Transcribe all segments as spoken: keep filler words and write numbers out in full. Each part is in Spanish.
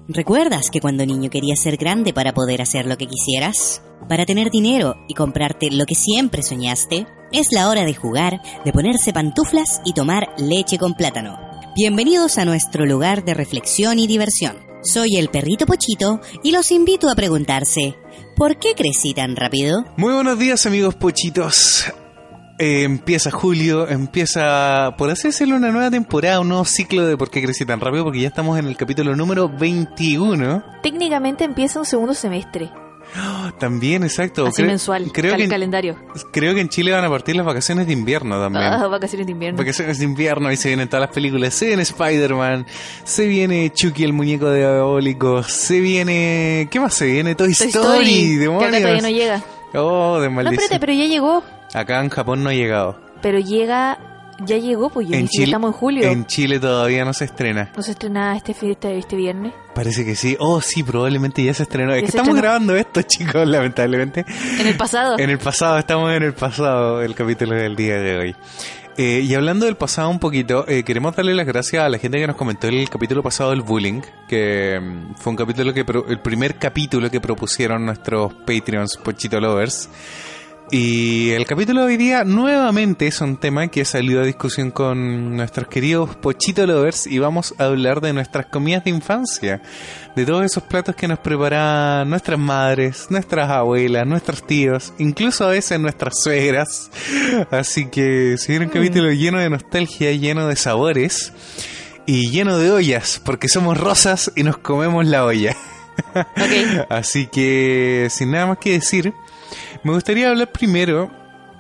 ¿Recuerdas que cuando niño querías ser grande para poder hacer lo que quisieras? Para tener dinero y comprarte lo que siempre soñaste. Es la hora de jugar, de ponerse pantuflas y tomar leche con plátano. Bienvenidos a nuestro lugar de reflexión y diversión. Soy el perrito Pochito y los invito a preguntarse, ¿por qué crecí tan rápido? Muy buenos días, amigos pochitos. Eh, empieza julio, empieza, por así decirlo, una nueva temporada, un nuevo ciclo de por qué crecí tan rápido, porque ya estamos en el capítulo número veintiuno. Técnicamente empieza un segundo semestre. Oh, también, exacto. Así Cre- mensual, creo cal- que en, calendario. Creo que en Chile van a partir las vacaciones de invierno también. Ah, vacaciones de invierno. Vacaciones de invierno, y se vienen todas las películas. Se viene Spider-Man, se viene Chucky el muñeco diabólico, se viene... ¿Qué más se viene? Toy, Toy Story, Story, demonios. que acá todavía no llega. Oh, de No, maldición. espérate, pero ya llegó. Acá en Japón no ha llegado. Pero llega... Ya llegó, pues ya En ni siquiera Chile, estamos en julio. En Chile todavía no se estrena. ¿No se estrenaba este, fi- este, este viernes? Parece que sí. Oh, sí, probablemente ya se estrenó. Es Ya que se estamos estrenó. grabando esto, chicos, lamentablemente. En el pasado. En el pasado, estamos en el pasado, el capítulo del día de hoy. Eh, y hablando del pasado un poquito, eh, queremos darle las gracias a la gente que nos comentó el capítulo pasado del bullying, que mm, fue un capítulo que pro- el primer capítulo que propusieron nuestros Patreons Pochito Lovers. Y el capítulo de hoy día nuevamente es un tema que ha salido a discusión con nuestros queridos Pochito Lovers, y vamos a hablar de nuestras comidas de infancia, de todos esos platos que nos preparaban nuestras madres, nuestras abuelas, nuestros tíos, incluso a veces nuestras suegras. Así que se viene un capítulo lleno de nostalgia, lleno de sabores y lleno de ollas, porque somos rosas y nos comemos la olla. Ok. Así que sin nada más que decir, me gustaría hablar primero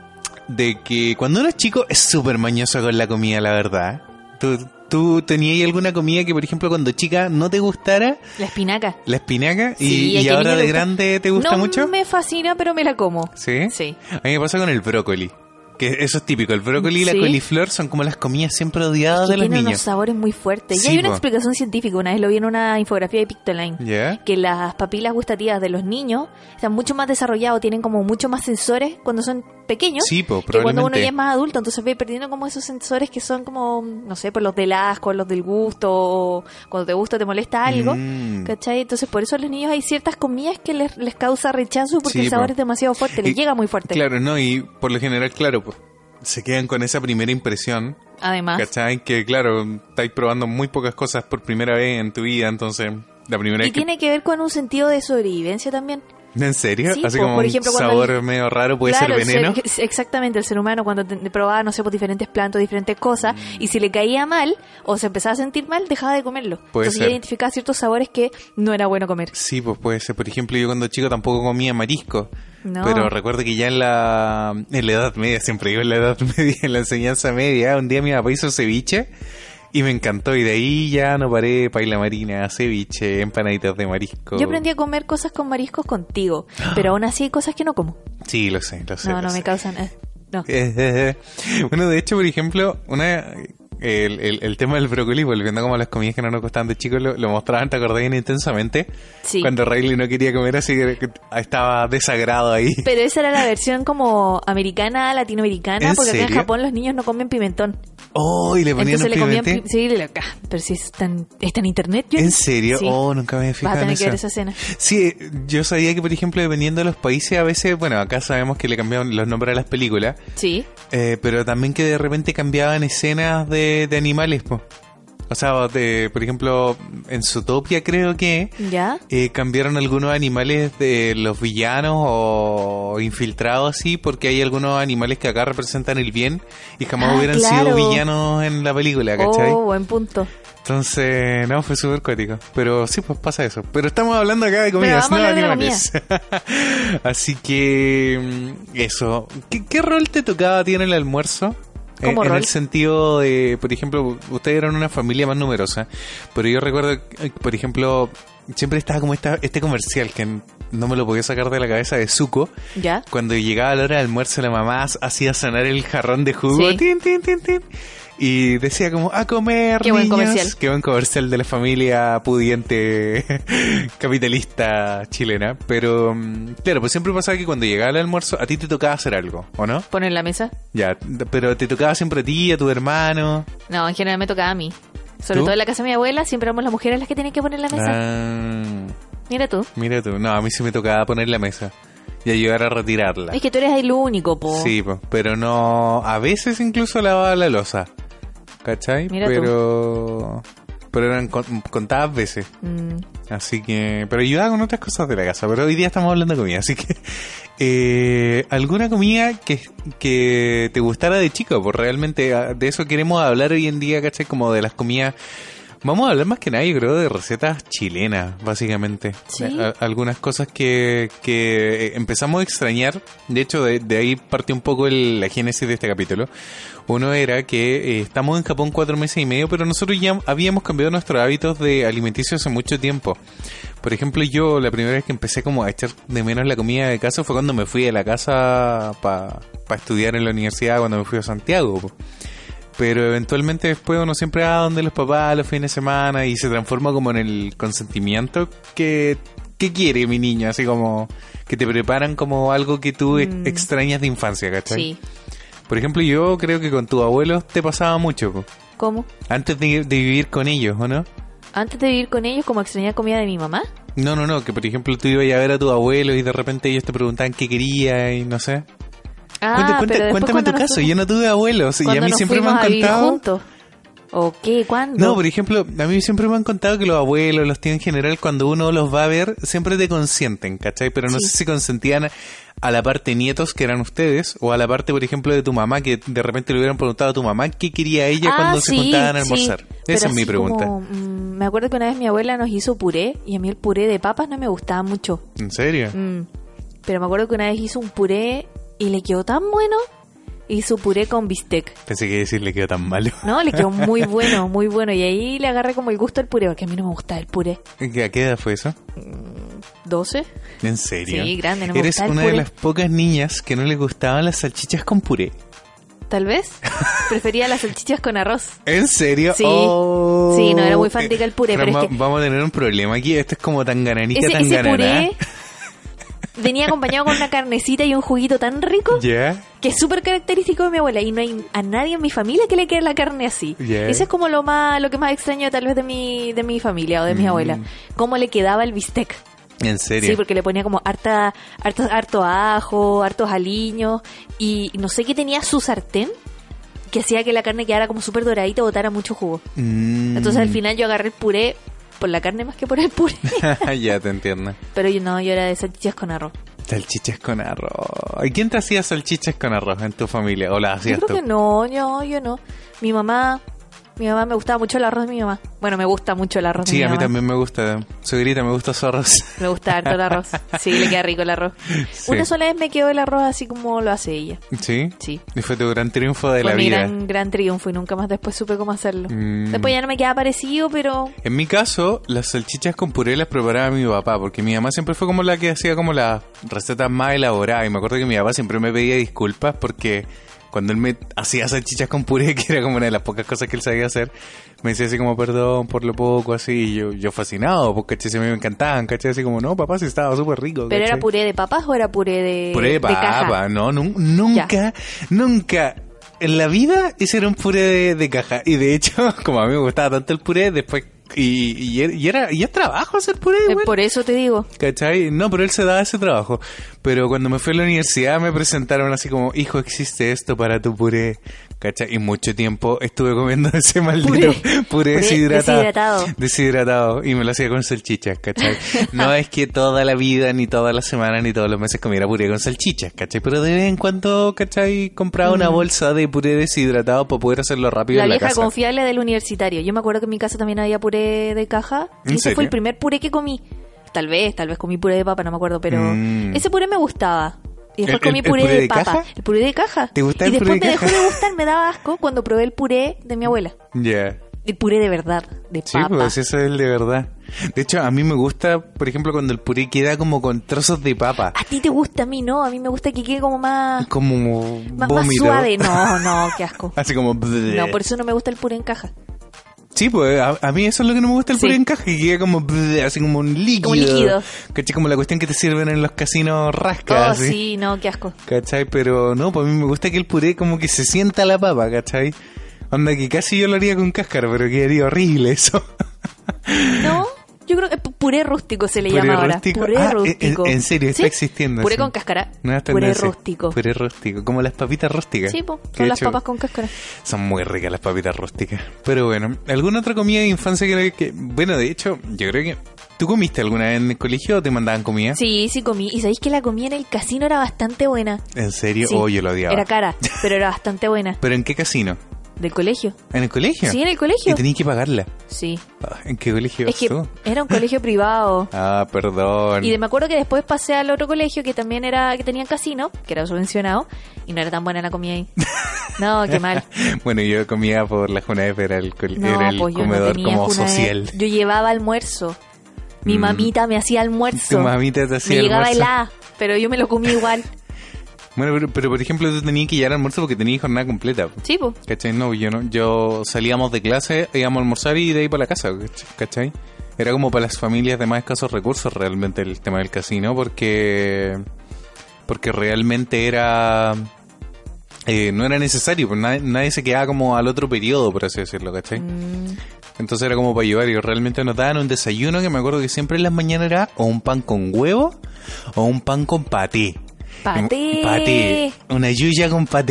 de que cuando uno es chico es súper mañoso con la comida, la verdad. ¿Tú, tú tenías alguna comida que, por ejemplo, cuando chica no te gustara? La espinaca. La espinaca. Sí, ¿Y, a y que a mí ahora me de gusta. grande te gusta no mucho? No me fascina, pero me la como. ¿Sí? Sí. A mí me pasa con el brócoli. Que eso es típico. El brócoli y la Sí. coliflor son como las comidas siempre odiadas Que de los tiene unos niños. sabores muy fuertes. Sí, y hay una po. explicación científica. Una vez lo vi en una infografía de Pictoline. ¿Ya? Que las papilas gustativas de los niños están mucho más desarrollados, tienen como mucho más sensores cuando son pequeños. Sí, po, que cuando uno probablemente. ya es más adulto, entonces ve perdiendo como esos sensores que son como, no sé, por los del asco, los del gusto, o cuando te gusta te molesta algo, Mm. ¿cachai? Entonces por eso a los niños hay ciertas comidas que les, les causa rechazo porque Sí, el sabor po. es demasiado fuerte, les Y- llega muy fuerte. Claro, no, y por lo general, claro, pues se quedan con esa primera impresión. Además, ¿Cachai? Que claro, estáis probando muy pocas cosas por primera vez en tu vida, entonces la primera y vez que... tiene que ver con un sentido de sobrevivencia también. ¿En serio? Sí, Así po, como por ejemplo, un cuando sabor el- medio raro, puede Claro, ser el veneno. ser- exactamente, el ser humano cuando te, te probaba, no sé, pues diferentes plantas, diferentes cosas, Mm. y si le caía mal o se empezaba a sentir mal, dejaba de comerlo. Puede Entonces ser. ya identificaba ciertos sabores que no era bueno comer. Sí, pues puede ser. Por ejemplo, yo cuando chico tampoco comía marisco. No. Pero recuerdo que ya en la, en la Edad Media, siempre digo en la Edad Media, en la enseñanza media, un día mi papá hizo ceviche y me encantó. Y de ahí ya no paré, paila marina, ceviche, empanaditas de marisco. Yo aprendí a comer cosas con mariscos contigo, pero aún así hay cosas que no como. Sí, lo sé, lo sé. No, lo no sé. me causan... eh, no. Bueno, de hecho, por ejemplo, una el, el, el tema del brócoli, volviendo como a las comidas que no nos gustaban de chicos, lo, lo mostraban, ¿te acordás? Bien intensamente. Sí. Cuando Riley no quería comer, así que que estaba desagrado ahí. Pero esa era la versión como americana, latinoamericana, ¿En porque acá en serio? Japón los niños no comen pimentón. Oh, y le ponían Entonces un le comían... pimente. pi- Sí, le- ah, pero si está en, está en internet, yo... ¿En serio? Sí. Oh, nunca me había Vas fijado a en tener que eso. ver esa escena. Sí, yo sabía que, por ejemplo, dependiendo de los países, a veces, bueno, acá sabemos que le cambiaban los nombres a las películas, Sí. eh, pero también que de repente cambiaban escenas de, de animales, po. O sea, de, por ejemplo, en Zootopia creo que ¿Ya? eh, cambiaron algunos animales de los villanos o infiltrados así, porque hay algunos animales que acá representan el bien y jamás Ah, hubieran claro. sido villanos en la película, ¿cachai? Oh, buen punto. Entonces, no, fue súper cuático. Pero sí, pues pasa eso. Pero estamos hablando acá de comidas, vamos no a de hablar de la animales. Así que, mm, eso. ¿Qué, qué rol te tocaba a ti en el almuerzo? ¿Cómo en rol? el sentido de, por ejemplo, ustedes eran una familia más numerosa, pero yo recuerdo, eh, por ejemplo, siempre estaba como esta, este comercial que no me lo podía sacar de la cabeza de Zuko. ¿Ya? Cuando llegaba la hora del almuerzo, la mamá hacía sonar el jarrón de jugo. Sí. Tin, tin, tin, tin. Y decía como, a comer, Qué buen niños. comercial. Qué buen comercial de la familia pudiente capitalista chilena. Pero, mm, claro, pues siempre pasaba que cuando llegaba el almuerzo, a ti te tocaba hacer algo, ¿o no? ¿Poner la mesa? Ya, pero te tocaba siempre a ti, a tu hermano. No, en general me tocaba a mí. Sobre ¿Tú? todo en la casa de mi abuela, siempre éramos las mujeres las que tienen que poner la mesa. Ah, Mira tú. mira tú. No, a mí sí me tocaba poner la mesa y ayudar a retirarla. Es que tú eres el único, po. Sí, po, pero no... A veces incluso lavaba la loza. ¿Cachai? Mira tú. pero... Pero eran con- contadas veces. Mm. Así que... Pero ayudaba con otras cosas de la casa. Pero hoy día estamos hablando de comida. Así que... Eh, ¿alguna comida que, que te gustara de chico? Pues realmente ah, de eso queremos hablar hoy en día, ¿cachai? Como de las comidas... Vamos a hablar más que nada, yo creo, de recetas chilenas, básicamente. Sí. A- algunas cosas que, que empezamos a extrañar. De hecho, de, de ahí partió un poco el- la génesis de este capítulo. Uno era que eh, estamos en Japón cuatro meses y medio, pero nosotros ya habíamos cambiado nuestros hábitos de alimenticio hace mucho tiempo. Por ejemplo, yo la primera vez que empecé como a echar de menos la comida de casa fue cuando me fui de la casa para pa estudiar en la universidad, cuando me fui a Santiago, po. Pero eventualmente después uno siempre va donde los papás los fines de semana y se transforma como en el consentimiento que, que quiere mi niño, así como que te preparan como algo que tú ex- Mm. extrañas de infancia, ¿cachai? Sí. Por ejemplo, yo creo que con tus abuelos te pasaba mucho, po. ¿Cómo? Antes de, de vivir con ellos, ¿o no? Antes de vivir con ellos, como extrañar comida de mi mamá. No, no, no, que por ejemplo tú ibas a ver a tu abuelo y de repente ellos te preguntaban qué quería y no sé. Ah, Cuenta- cuenta- pero después cuéntame cuando tu nos caso, fuimos- yo no tuve abuelos y a cuando mí nos siempre me fuimos han a vivir contado... juntos. ¿O qué? ¿Cuándo? No, por ejemplo, a mí siempre me han contado que los abuelos, los tíos en general, cuando uno los va a ver, siempre te consienten, ¿cachai? Pero no Sí. sé si consentían a la parte nietos, que eran ustedes, o a la parte, por ejemplo, de tu mamá, que de repente le hubieran preguntado a tu mamá qué quería ella Ah, cuando se sí, juntaban a sí. almorzar. Pero Esa es mi así pregunta. como, mm, me acuerdo que una vez mi abuela nos hizo puré y a mí el puré de papas no me gustaba mucho. ¿En serio? Mm, Pero me acuerdo que una vez hizo un puré y le quedó tan bueno. Hizo puré con bistec. Pensé que decir le quedó tan malo. No, le quedó muy bueno, muy bueno. Y ahí le agarré como el gusto al puré, porque a mí no me gusta el puré. ¿A qué edad fue eso? ¿doce? ¿En serio? Sí, grande, no me Eres gusta el una puré. de las pocas niñas que no le gustaban las salchichas con puré. Tal vez. Prefería las salchichas con arroz. ¿En serio? Sí. Oh. Sí, no era muy fanática del puré, Fran, pero es va- que- vamos a tener un problema aquí. Esto es como tan gananita, Ese, tan ese ganana. puré venía acompañado con una carnecita y un juguito tan rico ¿Ya? que es súper característico de mi abuela. Y no hay a nadie en mi familia que le quede la carne así. Yeah. Eso es como lo más lo que más extraño tal vez de mi, de mi familia o de mi Mm. abuela. Cómo le quedaba el bistec. ¿En serio? Sí, porque le ponía como harta, harto, harto ajo, hartos aliños y no sé qué tenía su sartén que hacía que la carne quedara como súper doradita y botara mucho jugo. Mm. Entonces al final yo agarré el puré por la carne más que por el puré. Ya te entiendo. Pero yo no, yo era de salchichas con arroz. Salchichas con arroz. ¿Y quién te hacía salchichas con arroz en tu familia? ¿O las Yo hacías creo tú? que no, yo, yo no. Mi mamá, mi mamá me gustaba mucho el arroz de mi mamá. Bueno, me gusta mucho el arroz de Sí, mi a mí mamá. también me gusta. Suegrita, me gusta su arroz. Me gusta harto el arroz. Sí, le queda rico el arroz. Sí. Una sola vez me quedó el arroz así como lo hace ella. ¿Sí? Sí. Y fue tu gran triunfo de Fue la mi vida. gran, gran triunfo y nunca más después supe cómo hacerlo. Mm. Después ya no me queda parecido, pero... En mi caso, las salchichas con puré las preparaba mi papá, porque mi mamá siempre fue como la que hacía como las recetas más elaboradas. Y me acuerdo que mi papá siempre me pedía disculpas porque cuando él me hacía salchichas con puré, que era como una de las pocas cosas que él sabía hacer, me decía así como perdón por lo poco, así. Y yo, yo fascinado, porque ¿cachai? A mí me encantaban, ¿cachai? Así como, no, papá, sí estaba súper rico. ¿Pero ¿cachai? era puré de papas o era puré de, Puré de caja? papa, no, nun- nunca, nunca en la vida hicieron puré de, de caja. Y de hecho, como a mí me gustaba tanto el puré, después, y, y, era- y era, y es trabajo hacer puré, Eh, güey. Por eso te digo. ¿Cachai? No, pero él se daba ese trabajo. Pero cuando me fui a la universidad me presentaron así como, hijo, existe esto para tu puré. ¿Cachai? Y mucho tiempo estuve comiendo ese maldito puré, Puré. Puré deshidratado. deshidratado. Deshidratado. Y me lo hacía con salchichas, ¿cachai? No es que toda la vida, ni todas las semanas, ni todos los meses comiera puré con salchichas, ¿cachai? Pero de vez en cuando, ¿cachai? Compraba una bolsa de puré deshidratado para poder hacerlo rápido La en la vieja casa. confiable del universitario. Yo me acuerdo que en mi casa también había puré de caja. ¿En Y ese serio? fue el primer puré que comí. Tal vez, tal vez comí puré de papa, no me acuerdo, pero Mm. ese puré me gustaba. Y después ¿El- comí el- el puré, puré de, de papa. caja? El puré de caja. ¿Te gusta y el después puré de me dejó caja? de gustar, me daba asco cuando probé el puré de mi abuela. Ya. El puré de verdad, de Sí, papa. pues ese es el de verdad. De hecho, a mí me gusta, por ejemplo, cuando el puré queda como con trozos de papa. A ti te gusta, a mí no. A mí me gusta que quede como más, Como más, más vómito. suave. No, no, qué asco. Así como... No, por eso no me gusta el puré en caja. Sí, pues a, a mí eso es lo que no me gusta el Sí. puré en caja, que queda como... Así como un líquido. Como líquido. ¿Cachai? Como la cuestión que te sirven en los casinos Oh, rascas. así. sí, no, qué asco. ¿Cachai? Pero no, pues a mí me gusta que el puré como que se sienta la papa, ¿cachai? Onda que casi yo lo haría con cáscara, pero quedaría horrible eso. ¿No? Yo creo que puré rústico se le ¿Puré llama rústico? ahora. Puré Ah, rústico. En, en serio, está ¿Sí? existiendo. Puré eso. con cáscara. Nuevas Puré tendencias. rústico. Puré rústico, como las papitas rústicas. Sí, po, Que son de las hecho papas con cáscara. Son muy ricas las papitas rústicas. Pero bueno, ¿alguna otra comida de infancia que, que... Bueno, de hecho, yo creo que... ¿Tú comiste alguna vez en el colegio o te mandaban comida? Sí, sí comí. Y sabéis que la comida en el casino era bastante buena. ¿En serio? Sí. Oh, yo lo odiaba. Era cara, pero era bastante buena. ¿Pero en qué casino? ¿Del colegio? ¿En el colegio? Sí, en el colegio. ¿Y tenías que pagarla? Sí. Ah, ¿En qué colegio Es que tú? era un colegio privado. Ah, perdón. Y de, me acuerdo que después pasé al otro colegio que también era, que tenía casino, que era subvencionado, y no era tan buena la comida ahí. No, qué mal. Bueno, yo comía por la Junaep, era el, col- No, era el pues yo no comedor tenía como Junaed. social. Yo llevaba almuerzo. Mi Mm. mamita me hacía almuerzo. Tu mamita te hacía me llegaba almuerzo. helada, pero yo me lo comí igual. Bueno, pero, pero por ejemplo, tú tenías que llevar almuerzo porque tenías jornada completa. Sí, pues. ¿Cachai? No, yo no. Yo salíamos de clase, íbamos a almorzar y de ahí para la casa, ¿cachai? Era como para las familias de más escasos recursos realmente el tema del casino, porque porque realmente era... Eh, no era necesario, pues nadie, nadie se quedaba como al otro periodo, por así decirlo, ¿cachai? Mm, Entonces era como para llevar y realmente nos daban un desayuno que me acuerdo que siempre en las mañanas era o un pan con huevo o un pan con paté. paté. Paté. Una yuya con paté.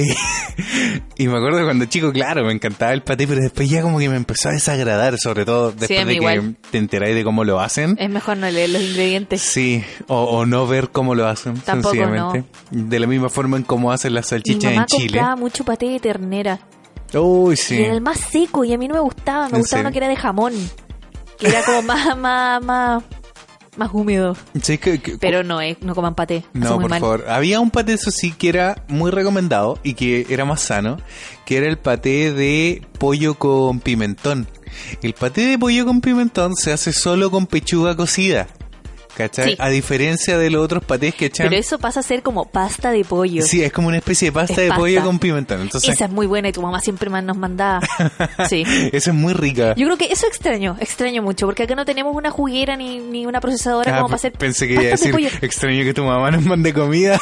Y me acuerdo que cuando chico, claro, me encantaba el paté, pero después ya como que me empezó a desagradar, sobre todo después a mí de que igual. te enteráis de cómo lo hacen. Es mejor no leer los ingredientes. Sí, o, o no ver cómo lo hacen, Tampoco, sencillamente. De la misma forma en cómo hacen las Mi salchichas mamá en Chile. compraba mucho paté de ternera. Uy, Y sí. era el más seco y a mí no me gustaba. Me ¿En gustaba serio? uno que era de jamón. Que era como más, más, más, más húmedo. Sí, que- que- Pero no, eh, no coman paté. hace No, muy por mal. favor. Había un paté, eso sí, que era muy recomendado y que era más sano, que era el paté de pollo con pimentón. El paté de pollo con pimentón se hace solo con pechuga cocida, ¿cachai? Sí. A diferencia de los otros patés que echan... Pero eso pasa a ser como pasta de pollo. Sí, es como una especie de pasta Es de pasta. pollo con pimentón. Entonces, Esa es muy buena y tu mamá siempre más nos mandaba. Sí. esa es muy rica. Yo creo que eso extraño, extraño mucho, porque acá no tenemos una juguera ni, ni una procesadora Ah, como para hacer pensé que iba a pastas de decir, pollo. extraño que tu mamá nos mande comida.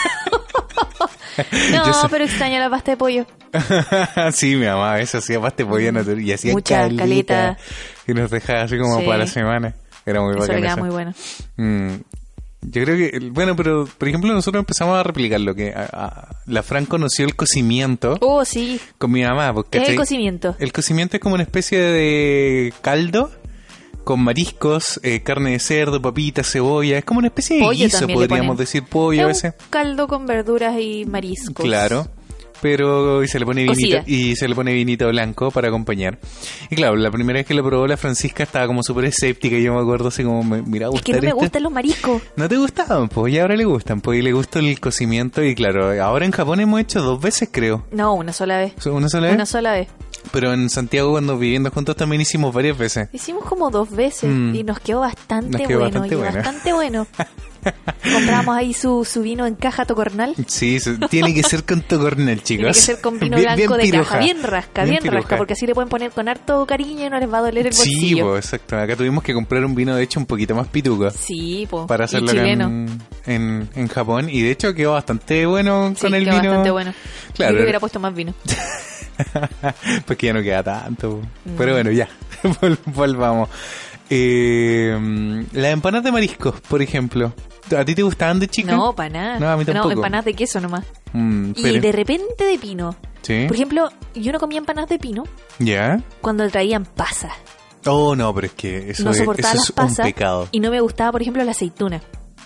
No, Yo sé- pero extraño la pasta de pollo. Sí, mi mamá a veces hacía pasta de pollo natural y hacía Mucha calita, caleta. y nos dejaba así como Sí. para la semana. Era muy Eso bacán le queda eso. muy bueno. Mm, yo creo que, bueno, pero por ejemplo nosotros empezamos a replicar lo que a- a- la Fran conoció el cocimiento Oh, sí. con mi mamá. Porque, ¿Qué es el ¿cachai? cocimiento? El cocimiento es como una especie de caldo con mariscos, eh, carne de cerdo, papitas, cebolla. Es como una especie de Pollo guiso, también le podríamos ponen. decir pollo a Es veces. un caldo con verduras y mariscos. Claro. Pero y se le pone vinito Cocida. y se le pone vinito blanco para acompañar. Y claro, la primera vez que lo probó la Francisca estaba como súper escéptica y yo me acuerdo así como, me- mira, Es que no me gustan los mariscos. ¿No te gustaban? Pues y ahora le gustan, pues y le gustó el cocimiento y claro, ahora en Japón hemos hecho dos veces creo. No, una sola vez. ¿Una sola vez? Una sola vez. Pero en Santiago cuando viviendo juntos también hicimos varias veces. Hicimos como dos veces Mm. y nos quedó bastante Nos quedó bueno. bastante y bueno. bastante bueno. Compramos ahí su, su vino en caja tocornal. Sí, se- tiene que ser con tocornel, chicos. Tiene que ser con vino Bien- blanco bien de piruja. caja, bien rasca, bien, piruja. rasca, porque así le pueden poner con harto cariño y no les va a doler el Sí, bolsillo. pues exacto. Acá tuvimos que comprar un vino de hecho un poquito más pituco. Sí, po. Para y hacerlo acá chileno. en, en, en Japón y de hecho quedó bastante bueno Sí, con el quedó vino. bastante bueno. Claro. Yo le hubiera puesto más vino. Pues que ya no queda tanto. Mm. Pero bueno, ya. Vol- Volvamos. Eh, las empanadas de mariscos, por ejemplo. ¿A ti te gustaban de chica? No, para nada. No, a mí tampoco. empanadas de queso nomás. Mm, Y pero- de repente de pino. ¿Sí? Por ejemplo, yo no comía empanadas de pino ¿Ya? cuando traían pasas. Oh, no, pero es que eso, No es, soportaba eso las es un pasas pecado. y no me gustaba, por ejemplo, la aceituna.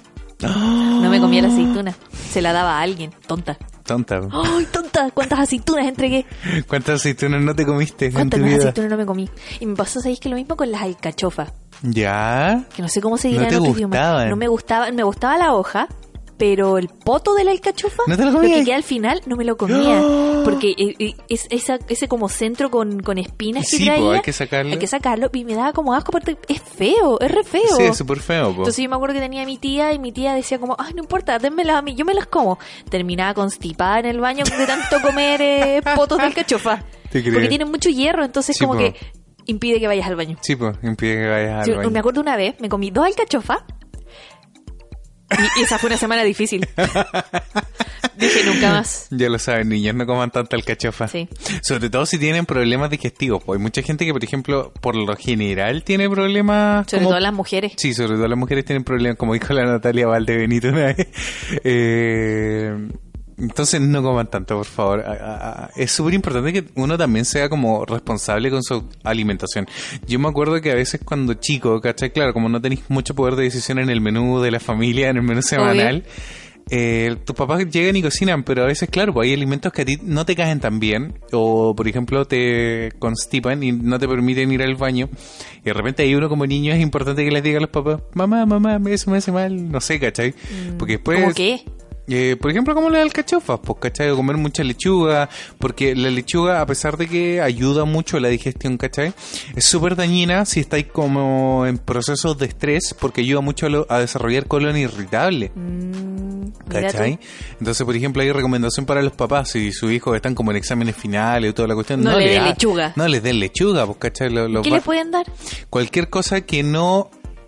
No me comía la aceituna. Se la daba a alguien. Tonta. Tonta. ¡Ay, tonta! ¿Cuántas aceitunas entregué? ¿Cuántas aceitunas no te comiste en tu ¿Cuántas más vida? aceitunas no me comí? Y me pasó, ¿sabéis que lo mismo con las alcachofas? ¿Ya? Que no sé cómo se dirá ¿No te en otro idioma. gustaban? No me gustaba, me gustaba la hoja, pero el poto de la alcachofa, ¿No te lo lo comías? que queda al final, no me lo comía. Porque eh, eh, es esa, ese como centro con, con espinas que Sí, traía, po, hay que sacarlo. hay que sacarlo y me daba como asco porque es feo, es re feo. Sí, es súper feo, po. Entonces yo me acuerdo que tenía a mi tía y mi tía decía como, ay, no importa, dénmelas a mí, yo me las como. Terminaba constipada en el baño de tanto comer eh, potos de alcachofa. Te creo. Porque tienen mucho hierro, entonces Sí, como po. que impide que vayas al baño. Sí, pues, impide que vayas Yo al baño. me acuerdo una vez, me comí dos alcachofas. Y, y esa fue una semana difícil. Dije nunca más. Ya lo saben, niños, no coman tanta alcachofa. Sí. Sobre todo si tienen problemas digestivos. Pues hay mucha gente que, por ejemplo, por lo general tiene problemas... Sobre como... todo las mujeres. Sí, sobre todo las mujeres tienen problemas, como dijo la Natalia Valdebenito una vez. Eh... Entonces no coman tanto, por favor. A, a, a, es súper importante que uno también sea como responsable con su alimentación. Yo me acuerdo que a veces cuando chico, ¿cachai? Claro, como no tenéis mucho poder de decisión en el menú de la familia, en el menú semanal, eh, tus papás llegan y cocinan, pero a veces, claro, pues hay alimentos que a ti no te caen tan bien, o por ejemplo te constipan y no te permiten ir al baño, y de repente hay uno como niño, es importante que les diga a los papás, mamá, mamá, eso me hace mal, no sé, ¿cachai? Porque después... ¿Cómo qué? Eh, por ejemplo, como las alcachofas, pues, ¿cachai? O comer mucha lechuga, porque la lechuga, a pesar de que ayuda mucho a la digestión, ¿cachai? Es súper dañina si estáis como en procesos de estrés, porque ayuda mucho a, lo, a desarrollar colon irritable, Mm, ¿cachai? Entonces, por ejemplo, hay recomendación para los papás, si sus hijos están como en exámenes finales y toda la cuestión, No le den ha- lechuga. No les den lechuga, pues, ¿cachai? Lo- los ¿Qué va- le pueden dar? Cualquier cosa que no...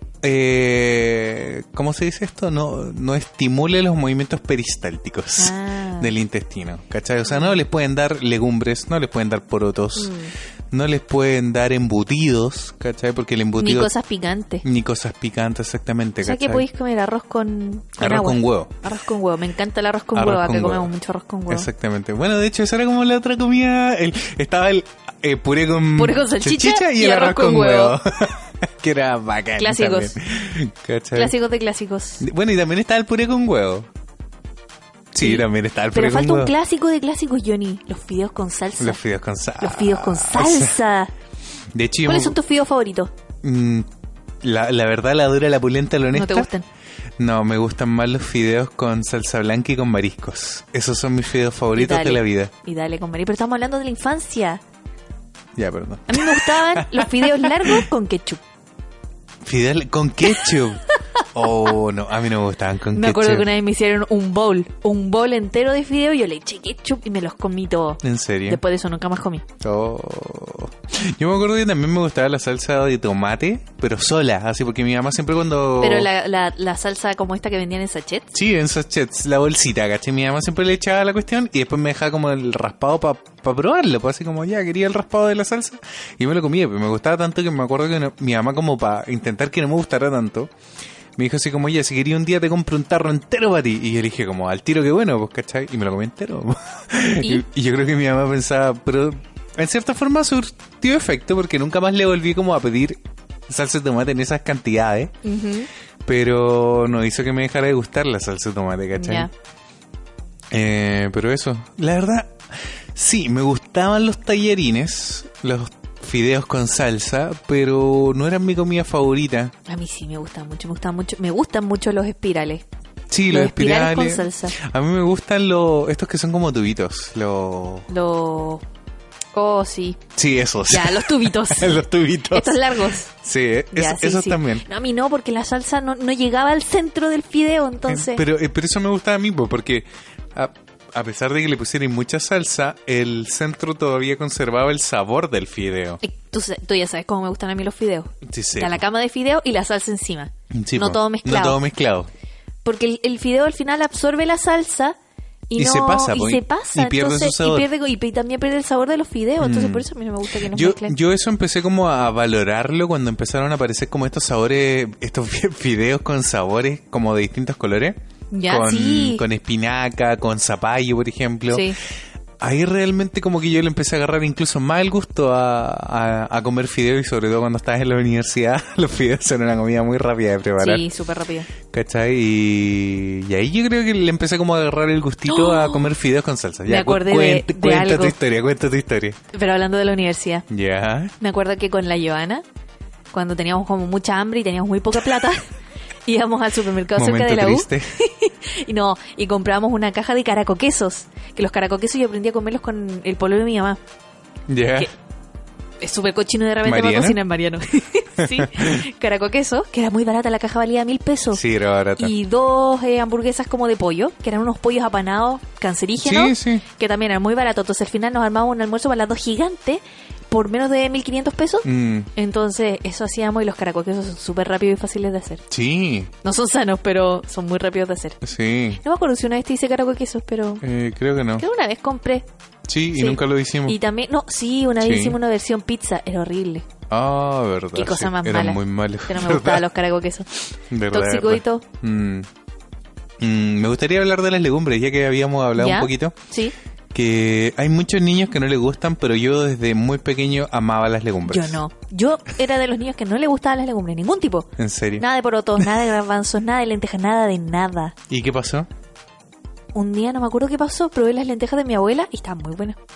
Eh, ¿Cómo se dice esto? No, no estimule los movimientos peristálticos Ah. del intestino, ¿cachai? O sea, no les pueden dar legumbres, no les pueden dar porotos, Mm. no les pueden dar embutidos, ¿cachai? Porque el Ni embutido... cosas picantes. Ni cosas picantes, exactamente, O sea que ¿cachai? podéis comer arroz con, con Arroz agua. con huevo. Arroz con huevo. Me encanta el arroz con Arroz huevo. Acá con comemos huevo. mucho arroz con huevo. Exactamente. Bueno, de hecho, esa era como la otra comida. El, estaba el eh, puré con... Puré con salchicha y el arroz con, huevo. que era bacán. Clásicos. también, ¿cachai? Clásicos de clásicos. Bueno, y también estaba el puré con huevo. Sí, Sí. también estaba el puré Pero con falta un huevo. clásico de clásicos, Johnny. Los fideos con salsa. Los fideos con salsa. Los fideos con salsa. De hecho, yo ¿Cuáles me- son tus fideos favoritos? Mm, la, la verdad, la dura, la pulenta, la honesta. ¿No te gustan? No, me gustan más los fideos con salsa blanca y con mariscos. Esos son mis fideos favoritos Y dale. de la vida. Y dale con maní. Pero estamos hablando de la infancia. Ya, perdón. A mí me gustaban los fideos largos con ketchup. Fideos con ketchup. Oh, no, a mí no me gustaban con Me ketchup. acuerdo que una vez me hicieron un bowl. Un bowl entero de fideos. Yo le eché ketchup y me los comí todos. ¿En serio? Después de eso nunca más comí. Oh. Yo me acuerdo que también me gustaba la salsa de tomate, pero sola, así porque mi mamá siempre cuando... Pero la, la, la salsa como esta que vendían en sachet. Sí, en sachets, la bolsita, ¿cachai? Mi mamá siempre le echaba la cuestión y después me dejaba como el raspado para pa probarlo, pues así como ya, quería el raspado de la salsa y me lo comía, pero me gustaba tanto que me acuerdo que no- mi mamá como para intentar que no me gustara tanto, me dijo así como, ya, si quería un día te compro un tarro entero para ti. Y yo le dije como, al tiro que bueno, pues, ¿cachai? Y me lo comí entero. ¿Y? y, y yo creo que mi mamá pensaba, pero en cierta forma surtió efecto porque nunca más le volví como a pedir salsa de tomate en esas cantidades. Ujú. Pero no hizo que me dejara de gustar la salsa de tomate, ¿cachai? Ya. Eh, pero eso, la verdad, sí, me gustaban los tallarines, los fideos con salsa, pero no eran mi comida favorita. A mí sí me gustan mucho, me gustan mucho, me gustan mucho los espirales. Sí, Los los, espirales con espirales. salsa. A mí me gustan los estos que son como tubitos, los... Los... Oh, sí. Sí, esos. Ya, los tubitos. los tubitos. Estos largos. Sí, es- Ya, sí, esos sí. también. No, a mí no, porque la salsa no, no llegaba al centro del fideo, entonces... Eh, Pero, eh, pero eso me gustaba a mí, po, porque a, a pesar de que le pusieran mucha salsa, el centro todavía conservaba el sabor del fideo. Eh, Tú, sa- tú ya sabes cómo me gustan a mí los fideos. Sí, sí. Está la cama de fideo y la salsa encima. Sí, no po. todo mezclado. No todo mezclado. Porque el, el fideo al final absorbe la salsa y, Y no, se pasa, y po, se y- pasa. y pierde entonces, su sabor. Y, pierde, y pe- también pierde el sabor de los fideos. Entonces Mm. por eso a mí no me gusta que nos Yo, mezclen. yo eso empecé como a valorarlo cuando empezaron a aparecer como estos sabores, estos fideos con sabores como de distintos colores. Ya, con, sí. con espinaca, con zapallo, por ejemplo. Sí. Ahí realmente como que yo le empecé a agarrar incluso más el gusto a, a, a comer fideos y sobre todo cuando estabas en la universidad, los fideos son una comida muy rápida de preparar. Sí, súper rápido. ¿Cachai? Y, y ahí yo creo que le empecé como a agarrar el gustito a comer fideos con salsa. Me acordé de- cuenta, de cuenta algo. tu historia, cuenta tu historia. Pero hablando de la universidad, Ya. me acuerdo que con la Joana, cuando teníamos como mucha hambre y teníamos muy poca plata, íbamos al supermercado cerca Momento de la U. triste. Y no, y compramos una caja de caracoquesos. Que los caracoquesos yo aprendí a comerlos con el polvo de mi mamá. Ya. ¿Qué? Es súper cochino de repente para ¿Mariana? cocinar, Mariano. Sí, caracoqueso, que era muy barata, la caja valía mil pesos. Sí, era barata. Y dos eh, hamburguesas como de pollo, que eran unos pollos apanados, cancerígenos, Sí, sí. que también eran muy baratos. Entonces al final nos armamos un almuerzo para las dos gigantes, por menos de mil quinientos pesos. Mm, Entonces, eso hacíamos y los caracoquesos son súper rápidos y fáciles de hacer. sí, No son sanos, pero son muy rápidos de hacer. sí. No me acuerdo si una vez te hice caracoquesos, pero Eh, creo que no. creo que una vez compré. Sí, y Sí. nunca lo hicimos. Y también, no, sí, una vez Sí. hicimos una versión pizza, era horrible. Ah, verdad. Qué cosa sí, más eran mala. muy malos. Que no me ¿verdad? gustaban los caracoquesos. Verdad, Tóxico verdad. y todo. Mm. Mm, me gustaría hablar de las legumbres, ya que habíamos hablado ¿Ya? un poquito. Sí. Que hay muchos niños que no les gustan, pero yo desde muy pequeño amaba las legumbres. Yo no. Yo era de los niños que no le gustaban las legumbres, ningún tipo. ¿En serio? Nada de porotos, nada de garbanzos, nada de lentejas, nada de nada. ¿Y qué pasó? Un día, no me acuerdo qué pasó, probé las lentejas de mi abuela y estaban muy buenas.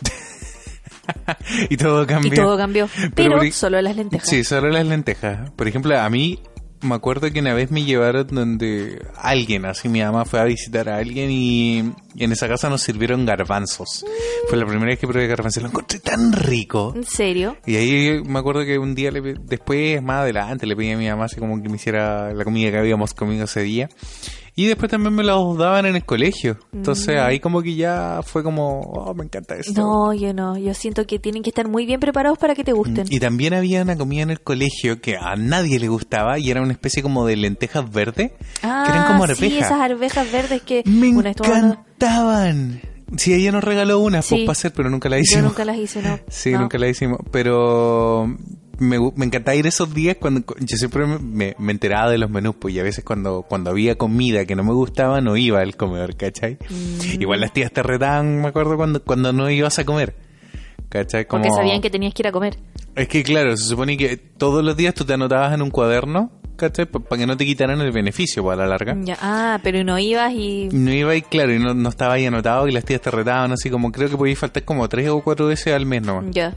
Y todo cambió. Y todo cambió. Pero Pero, porque- solo las lentejas. Sí, solo las lentejas. Por ejemplo, a mí me acuerdo que una vez me llevaron donde alguien, así mi mamá fue a visitar a alguien y en esa casa nos sirvieron garbanzos. Fue la primera vez que probé garbanzos. Lo encontré tan rico. ¿En serio? Y ahí me acuerdo que un día, le, pe- después, más adelante, le pedí a mi mamá así como que me hiciera la comida que habíamos comido ese día. Y después también me los daban en el colegio. Entonces Mm. ahí como que ya fue como, oh, me encanta esto. No, yo no. Yo siento que tienen que estar muy bien preparados para que te gusten. Y también había una comida en el colegio que a nadie le gustaba y era una especie como de lentejas verdes, Ah, que eran como sí, arvejas. esas arvejas verdes que... Me una vez tomamos- encantaban. Sí, ella nos regaló unas Sí. pues, para hacer, pero nunca la Yo hicimos. nunca las hice, ¿no? Sí, No. nunca la hicimos. Pero me, gu- me encantaba ir esos días cuando yo siempre me, me- me enteraba de los menús, pues, y a veces cuando, cuando había comida que no me gustaba, no iba al comedor, ¿cachai? Mm. Igual las tías te retaban, me acuerdo, cuando, cuando no ibas a comer. ¿Cachai? Como... Porque sabían que tenías que ir a comer. Es que claro, se supone que todos los días tú te anotabas en un cuaderno, ¿cachai? Para que no te quitaran el beneficio, pues, a la larga. Ya. Ah, pero no ibas y... No iba ahí, claro, y no, no estaba ahí anotado y las tías te retaban así como, creo que podías faltar como tres o cuatro veces al mes nomás. Ya.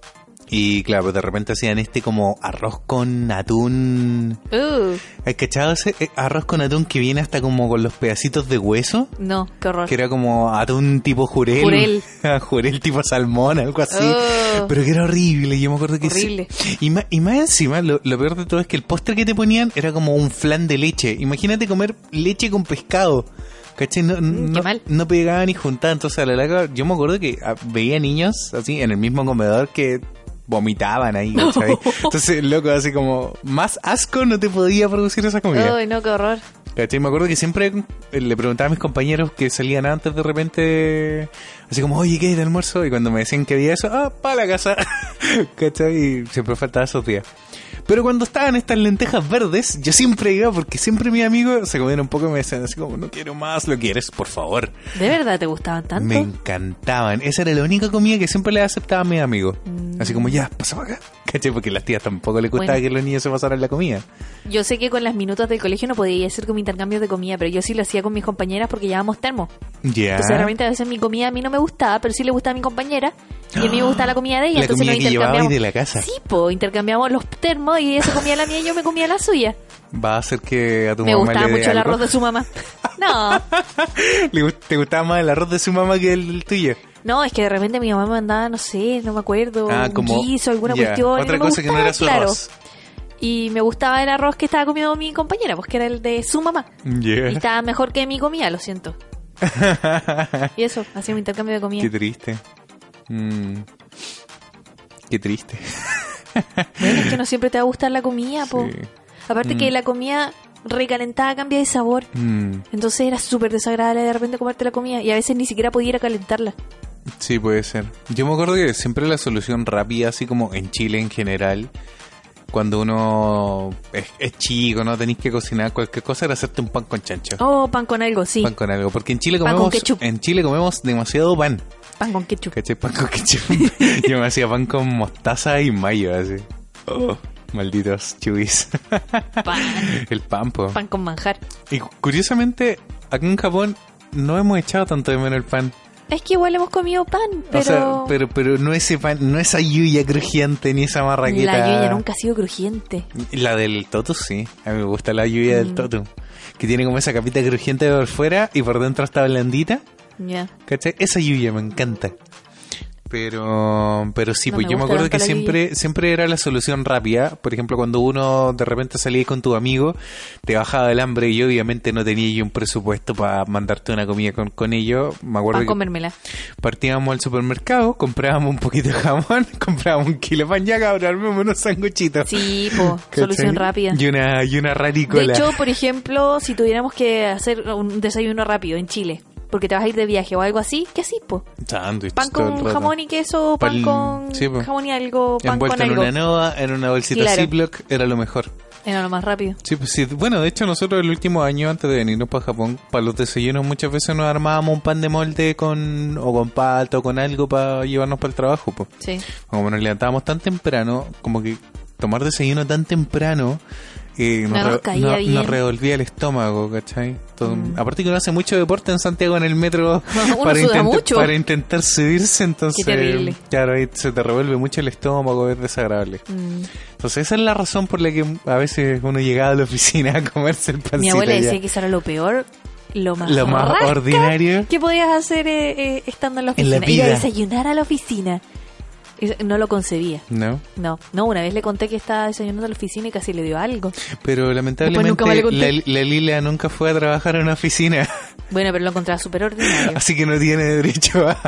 Y claro, pues de repente hacían este como arroz con atún. Uh, ¿Has cachado ese eh, arroz con atún que viene hasta como con los pedacitos de hueso? no, qué horror. Que era como atún tipo jurel. Jurel. Jurel tipo salmón, algo así. Oh. Pero que era horrible, yo me acuerdo que sí. Horrible. Y más, y más encima, lo, lo peor de todo es que el postre que te ponían era como un flan de leche. Imagínate comer leche con pescado. ¿Cachai? No, Mm, qué no, mal. no pegaban ni juntaban. Entonces a la larga, yo me acuerdo que ah, veía niños así en el mismo comedor que vomitaban ahí, ¿cachai? Entonces, loco, así como, más asco no te podía producir esa comida. Uy, no, qué horror. ¿Cachai? Me acuerdo que siempre eh, le preguntaba a mis compañeros que salían antes de repente, así como, oye, ¿qué hay de almuerzo? Y cuando me decían que había eso, ah, para la casa. ¿Cachai? Y siempre faltaba esos días. Pero cuando estaban estas lentejas verdes, yo siempre iba porque siempre mis amigos se comían un poco y me decían así como, no quiero más, ¿lo quieres? Por favor. ¿De verdad te gustaban tanto? Me encantaban. Esa era la única comida que siempre le aceptaba a mis amigos. Mm. Así como, ya, pasa para acá. ¿Cachai? Porque a las tías tampoco les gustaba Bueno. que los niños se pasaran la comida. Yo sé que con las minutas del colegio no podía hacer como intercambios de comida, pero yo sí lo hacía con mis compañeras porque llevábamos termo. Ya. Entonces realmente a veces mi comida a mí no me gustaba, pero sí le gustaba a mi compañera y a mí me gustaba la comida de ella. La entonces comida nos que llevabais intercambiamos. de la casa. Sí, pues intercambiamos los termos y ella se comía la mía y yo me comía la suya. Va a hacer que a tu Me mamá gustaba le dé mucho el algo. arroz de su mamá. No, ¿Le gust- ¿Te gustaba más el arroz de su mamá que el tuyo? no, es que de repente mi mamá me mandaba, no sé, no me acuerdo, Ah, un como- guiso, alguna ya, cuestión. y otra no me cosa que no gustaba, era su claro. arroz. Y me gustaba el arroz que estaba comiendo mi compañera, pues que era el de su mamá. Yeah. Y estaba mejor que mi comida, lo siento. Y eso, hacía un intercambio de comida. Qué triste. Mm. Qué triste. Bueno, es que no siempre te va a gustar la comida, po. Sí. Aparte Mm. que la comida recalentada cambia de sabor. Mm. Entonces era súper desagradable de repente comerte la comida y a veces ni siquiera podía ir a calentarla. Sí, puede ser. Yo me acuerdo que siempre la solución rápida, así como en Chile en general, cuando uno es, es chico, no tenéis que cocinar cualquier cosa, era hacerte un pan con chancho. Oh, pan con algo, sí. Pan con algo. Porque en Chile Pan con comemos ketchup. en Chile comemos demasiado pan. Pan con ketchup. ¿Cachai? Pan con ketchup. Yo me hacía pan con mostaza y mayo, así. Oh, malditos chubis. Pan. El pan, po. Pan con manjar. Y acá en Japón no hemos echado tanto de menos el pan. Es que igual hemos comido pan, pero... O sea, pero, pero no ese pan, no esa yuya crujiente ni esa marraqueta. La yuya nunca ha sido crujiente. La del totu, sí. A mí me gusta la yuya del Mm. totu. Que tiene como esa capita crujiente por fuera y por dentro está blandita. Ya. ¿Cachai? Esa yuya me encanta. Pero pero sí, No pues me yo me gusta acuerdo que tanto la siempre siempre era la solución rápida. Por ejemplo, cuando uno de repente salía con tu amigo, te bajaba el hambre y obviamente no tenía yo un presupuesto para mandarte una comida con, con ellos. Me acuerdo Para que comérmela. partíamos al supermercado, comprábamos un poquito de jamón, comprábamos un kilo de pan, ya cabrón, armemos unos sanguchitos. Sí, po, ¿Cachai? solución rápida. Y una, y una raricola. De hecho, por ejemplo, si tuviéramos que hacer un desayuno rápido en Chile, porque te vas a ir de viaje o algo así, ¿qué así, po? Sándwich Pan todo el con rato. jamón y queso, pan Pal- con sí, po. jamón y algo, pan Envuelto con en algo. una nova, en una bolsita Claro. Ziploc, era lo mejor. Era lo más rápido. Sí, pues sí. Bueno, de hecho nosotros el último año antes de venirnos para Japón, para los desayunos muchas veces nos armábamos un pan de molde con o con palta o con algo para llevarnos para el trabajo, pues. Sí. Como nos levantábamos tan temprano, como que tomar desayuno tan temprano eh, nos, No nos re- caía no- bien. nos revolvía el estómago, ¿cachai? Todo- Mm. Aparte que uno hace mucho deporte en Santiago en el metro Uno para, suda intent- mucho. para intentar subirse, entonces Qué terrible. claro, ahí se te revuelve mucho el estómago, es desagradable. Mm. Entonces esa es la razón por la que a veces uno llegaba a la oficina a comerse el pancito. Mi abuela allá. decía que eso era lo peor, lo más, Lo más rasca ordinario. que podías hacer eh, eh, estando en la En la oficina. Ir a vida. desayunar a la oficina. Es- No lo concebía. ¿No? No, no, una vez le conté que estaba desayunando en la oficina y casi le dio algo. Pero Después lamentablemente nunca más le la, conté. la Lilia nunca fue a trabajar en una oficina. Bueno, pero lo encontraba súper ordinario. Así que no tiene derecho a,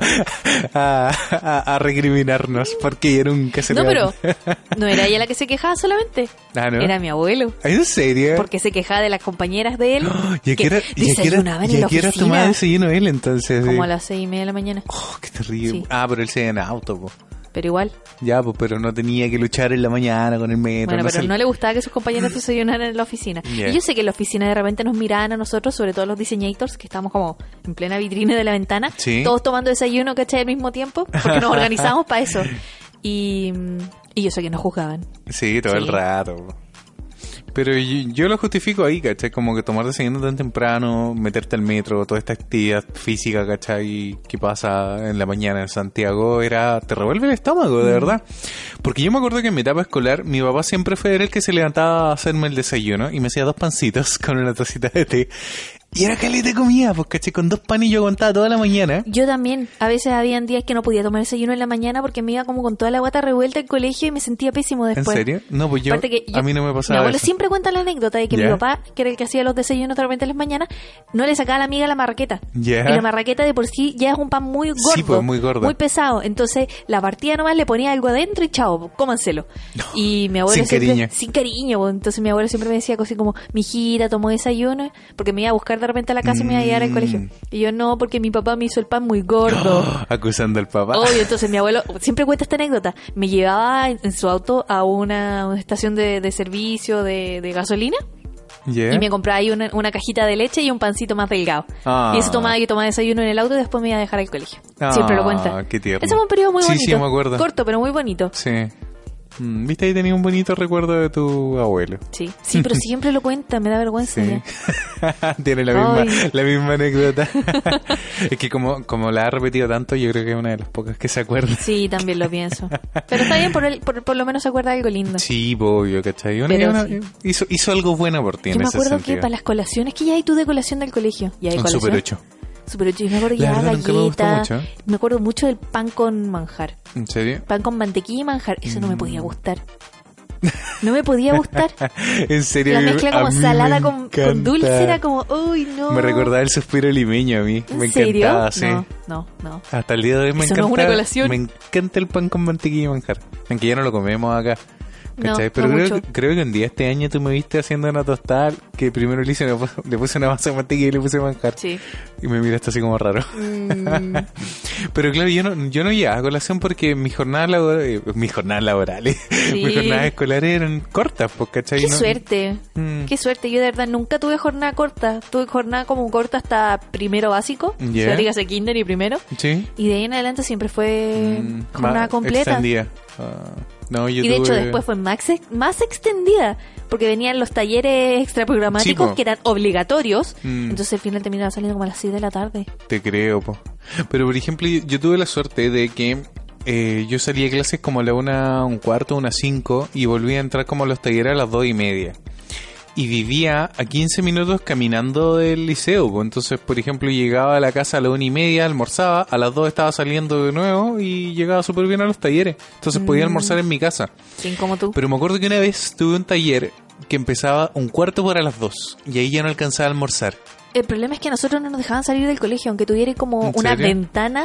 a, a, a recriminarnos porque ella nunca se No, pero levanta. no era ella la que se quejaba solamente. Ah, ¿no? Era mi abuelo. ¿En serio? Porque se quejaba de las compañeras de él. ¿Y a qué que hora, y a qué hora- desayunaban y en a la qué hora oficina. tomaba desayuno él entonces? Como Sí. a las seis y media de la mañana. Oh, qué terrible. Sí. Ah, pero él se iba en auto, po. Pero igual. Ya, pues, pero no tenía que luchar en la mañana con el metro. Bueno, no pero sé. no le gustaba que sus compañeros desayunaran en la oficina. Yeah. Y yo sé que en la oficina de repente nos miraban a nosotros, sobre todo los diseñators, que estamos como en plena vitrina de la ventana, Sí. todos tomando desayuno, ¿cachai? Al mismo tiempo, porque nos organizamos para eso. Y, y yo sé que nos juzgaban. Sí, todo el Sí. rato. po. Pero yo, yo lo justifico ahí, ¿cachai? Como que tomar desayuno tan temprano, meterte al metro, toda esta actividad física, ¿cachai? Que pasa en la mañana en Santiago, era te revuelve el estómago, de verdad. Porque yo me acuerdo que en mi etapa escolar, mi papá siempre fue el que se levantaba a hacerme el desayuno y me hacía dos pancitos con una tacita de té. Y era caleta de comida, pues, ¿cachai? Con dos panes yo aguantaba toda la mañana. Yo también, a veces habían días que no podía tomar desayuno en la mañana porque me iba como con toda la guata revuelta al colegio y me sentía pésimo ¿En después. serio? No, pues yo, Aparte que yo- a mí no me Mi pasaba abuelo eso. siempre cuenta la anécdota de que Ya. mi papá, que era el que hacía los desayunos de repente en las mañanas, no le sacaba a la amiga la marraqueta. Ya. Y la marraqueta de por sí ya es un pan muy gordo. Sí, pues, muy gordo. Muy pesado. Entonces la partida nomás le ponía algo adentro y chao, pues, cómanselo. Y mi abuelo Sin siempre... cariño. Sin cariño. Pues, entonces mi abuelo siempre me decía cosas como, mijita, tomó desayuno, porque me iba a buscar de repente a la casa y me iba a llevar al Mm. colegio. Y yo no, porque mi papá me hizo el pan muy gordo. Acusando al papá. Obvio, entonces mi abuelo siempre cuenta esta anécdota. Me llevaba en, en su auto a una, una estación de, de servicio de, de gasolina Ya. y me compraba ahí una, una cajita de leche y un pancito más delgado. Ah. Y eso tomaba yo tomaba desayuno en el auto y después me iba a dejar al colegio. Siempre lo cuenta. Ah, qué tierno. Ese fue un periodo muy Sí, bonito. sí, me acuerdo. Corto, pero muy bonito. Sí. Mm, Viste, ahí tenía un bonito recuerdo de tu abuelo. Sí, sí, pero siempre lo cuenta, me da vergüenza. Sí. ya. Tiene la misma, Ay. la misma anécdota. Es que como, como la ha repetido tanto, yo creo que es una de las pocas que se acuerda. Sí, también lo pienso. Pero está bien, por, el- por, por lo menos se acuerda de algo lindo. Sí, obvio, ¿cachai? Una- Pero una- sí. hizo, hizo algo bueno por ti Yo en me ese acuerdo sentido. que para las colaciones, que ya hay tú de colación del colegio. ¿Ya hay Un colación? Super ocho. Super ocho. Yo me acuerdo que La ya verdad, nunca me gustó galleta. mucho. Me acuerdo mucho del pan con manjar. ¿En serio? Pan con mantequilla y manjar. Eso no me podía Mm. gustar. No me podía gustar. En serio. La a mí- mezcla a como mí me salada con, con encanta. dulce era como, uy, no. Me recordaba el suspiro limeño a mí. ¿En Me serio? encantaba, sí. No, no, no. Hasta el día de hoy me Eso no encanta. es una colación. Me encanta el pan con mantequilla y manjar. Aunque ya no lo comemos acá. No, ¿Cachai? Pero no creo, mucho. que, creo que un día este año tú me viste haciendo una tostada que primero le hice una- le puse una base de mantequilla y le puse manjar. Sí. Y me miraste así como raro. Mm, Pero claro, yo no, yo no llevaba a colación porque mis jornadas laborales, mis jornadas laborales, Sí. mis jornadas escolares eran cortas, pues, ¿cachai? qué No- suerte. Mm. Qué suerte. Yo de verdad nunca tuve jornada corta. Tuve jornada como corta hasta primero básico. Ya. O sea, dígase kinder y primero. Sí. Y de ahí en adelante siempre fue Mm, jornada más completa. extendida. Ah, no, yo Y de hecho tuve- después fue más, ex- más extendida, porque venían los talleres extraprogramáticos Sí, po. que eran obligatorios, Mm. entonces al final terminaba saliendo como a las seis de la tarde. Te creo, po. Pero por ejemplo, yo, yo tuve la suerte de que eh, yo salí de clases como a la una, un cuarto, una cinco, y volví a entrar como a los talleres a las dos y media. y vivía a quince minutos caminando del liceo. Pues. Entonces, por ejemplo, llegaba a la casa a la una y media, almorzaba, a las dos estaba saliendo de nuevo y llegaba súper bien a los talleres. Entonces podía almorzar en mi casa. ¿Quién como tú? Pero me acuerdo que una vez tuve un taller que empezaba un cuarto para las dos y ahí ya no alcanzaba a almorzar. El problema es que a nosotros no nos dejaban salir del colegio, aunque tuviera como ¿En una serio? ventana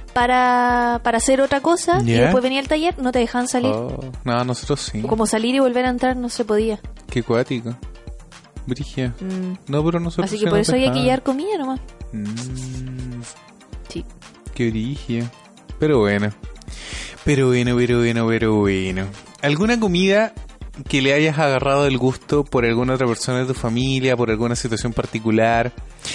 para, para hacer otra cosa, ¿Ya? y después venía el taller, no te dejaban salir. Oh, no, nosotros sí. Como salir y volver a entrar no se podía. Qué cuático. Brigia. Mm. No, pero nosotros Así sí que por nos eso había que dejaban. llevar comida nomás. Mm, Sí. qué brigia. Pero bueno. Pero bueno, pero bueno, pero bueno. ¿Alguna comida que le hayas agarrado el gusto por alguna otra persona de tu familia, por alguna situación particular?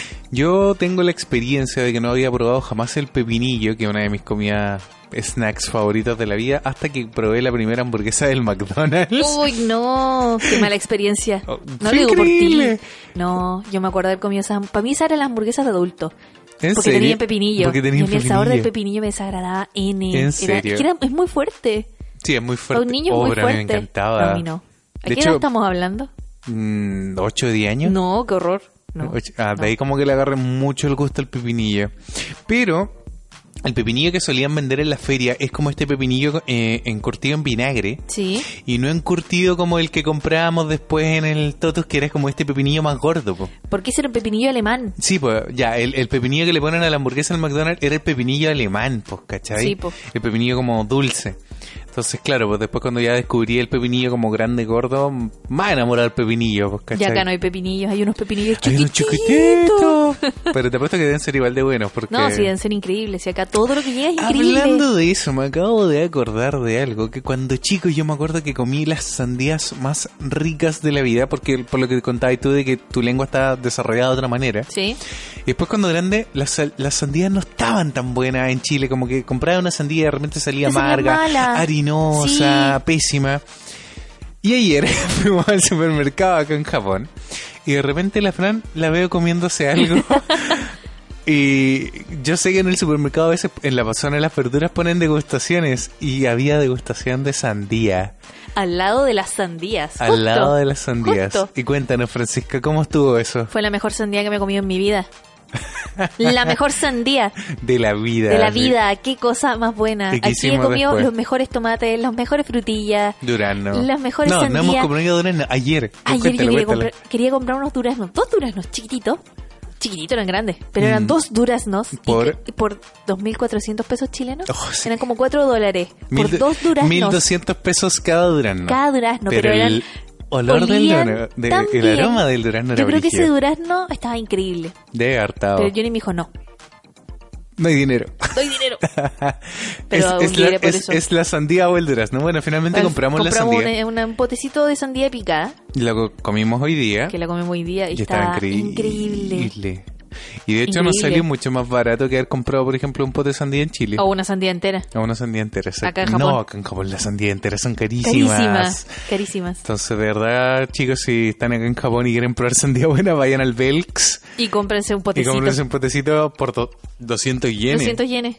Yo tengo la experiencia de que no había probado jamás el pepinillo, que es una de mis comidas, snacks favoritas de la vida, hasta que probé la primera hamburguesa del McDonald's. Uy, no, qué mala experiencia. Oh, No fue lo digo por increíble. ti. No, yo me acuerdo de haber comido esas. Para mí esas eran las hamburguesas de adulto. ¿En Porque serio? tenían pepinillo. Porque y a tenían mí el sabor del pepinillo. pepinillo me desagradaba N. ¿En Era- serio? es que era- es muy fuerte. Sí, es muy Para fuerte. un niño es Oh, muy pero a mí fuerte. me encantaba. No, a mí no. ¿A De qué hecho- edad estamos hablando? Mm, ¿ocho o diez años? No, qué horror. No. Ocho- ah, de no. ahí como que le agarré mucho el gusto al pepinillo. Pero el pepinillo que solían vender en la feria es como este pepinillo eh, encurtido en vinagre. Sí. Y no encurtido como el que comprábamos después en el Totus, que era como este pepinillo más gordo, po. ¿Por qué ser un pepinillo alemán? Sí, pues ya, el, el pepinillo que le ponen a la hamburguesa en el McDonald's era el pepinillo alemán, pues, ¿cachai? Sí, po. El pepinillo como dulce. Entonces, claro, pues después cuando ya descubrí el pepinillo como grande, gordo, más enamorado del pepinillo, pues, ¿cachai? Ya acá no hay pepinillos, hay unos pepinillos Hay unos chiquititos. chiquititos. Pero te apuesto que deben ser igual de buenos, porque... No, sí, deben ser increíbles. Si acá todo lo que llega es increíble. Hablando de eso, me acabo de acordar de algo, que cuando chico yo me acuerdo que comí las sandías más ricas de la vida, porque por lo que contabas tú de que tu lengua está desarrollada de otra manera. Sí. Y después cuando grande, las, sal- las sandías no estaban tan buenas en Chile, como que compraba una sandía y de repente salía Te salía amarga, mala. harinosa, pésima. Y ayer fuimos al supermercado acá en Japón y de repente la Fran la veo comiéndose algo. Y yo sé que en el supermercado a veces en la zona de las verduras ponen degustaciones y había degustación de sandía Al lado de las sandías. al Justo. lado de las sandías. Justo. Y cuéntanos, Francisca, ¿cómo estuvo eso? Fue la mejor sandía que me he comido en mi vida. La mejor sandía De la vida. de la sí. vida. Qué cosa más buena. ¿Y qué Aquí he hicimos comido después? los mejores tomates, las mejores frutillas. Durazno. Las mejores No, no hemos sandías. comido durazno. Ayer. Ayer Cuéntalo, yo quería cuéntalo. comprar, quería comprar unos duraznos. Dos duraznos chiquititos. Chiquititos, eran grandes. Pero eran Mm. dos duraznos. y ¿Por? que- y por dos mil cuatrocientos pesos chilenos. Oh, sí. Eran como cuatro dólares. Mil Por du- dos duraznos. mil doscientos pesos cada durazno. Cada durazno. Pero, Pero eran... el olor del olían durazno, de- tan el bien. aroma del durazno era Yo creo que ese brígido. durazno estaba increíble. De hartado. Pero Johnny me dijo, no, No hay dinero. doy dinero. Pero es, es, libre la, por es, eso. es la sandía o el durazno. Bueno, finalmente compramos, la sandía. un, un potecito de sandía picada, Y lo comimos hoy día. que la comemos hoy día y, Y estaba está increíble. increíble. Y de hecho nos Increíble. salió mucho más barato que haber comprado, por ejemplo, un pote de sandía en Chile. O una sandía entera. O una sandía entera. exacto. Acá en Japón. No, acá en Japón las sandías enteras son carísimas. Carísimas. Carísimas. Entonces, de verdad, chicos, si están acá en Japón y quieren probar sandía buena, vayan al Belks Y cómprense un y potecito. cómprense un potecito por do- doscientos yenes. doscientos yenes.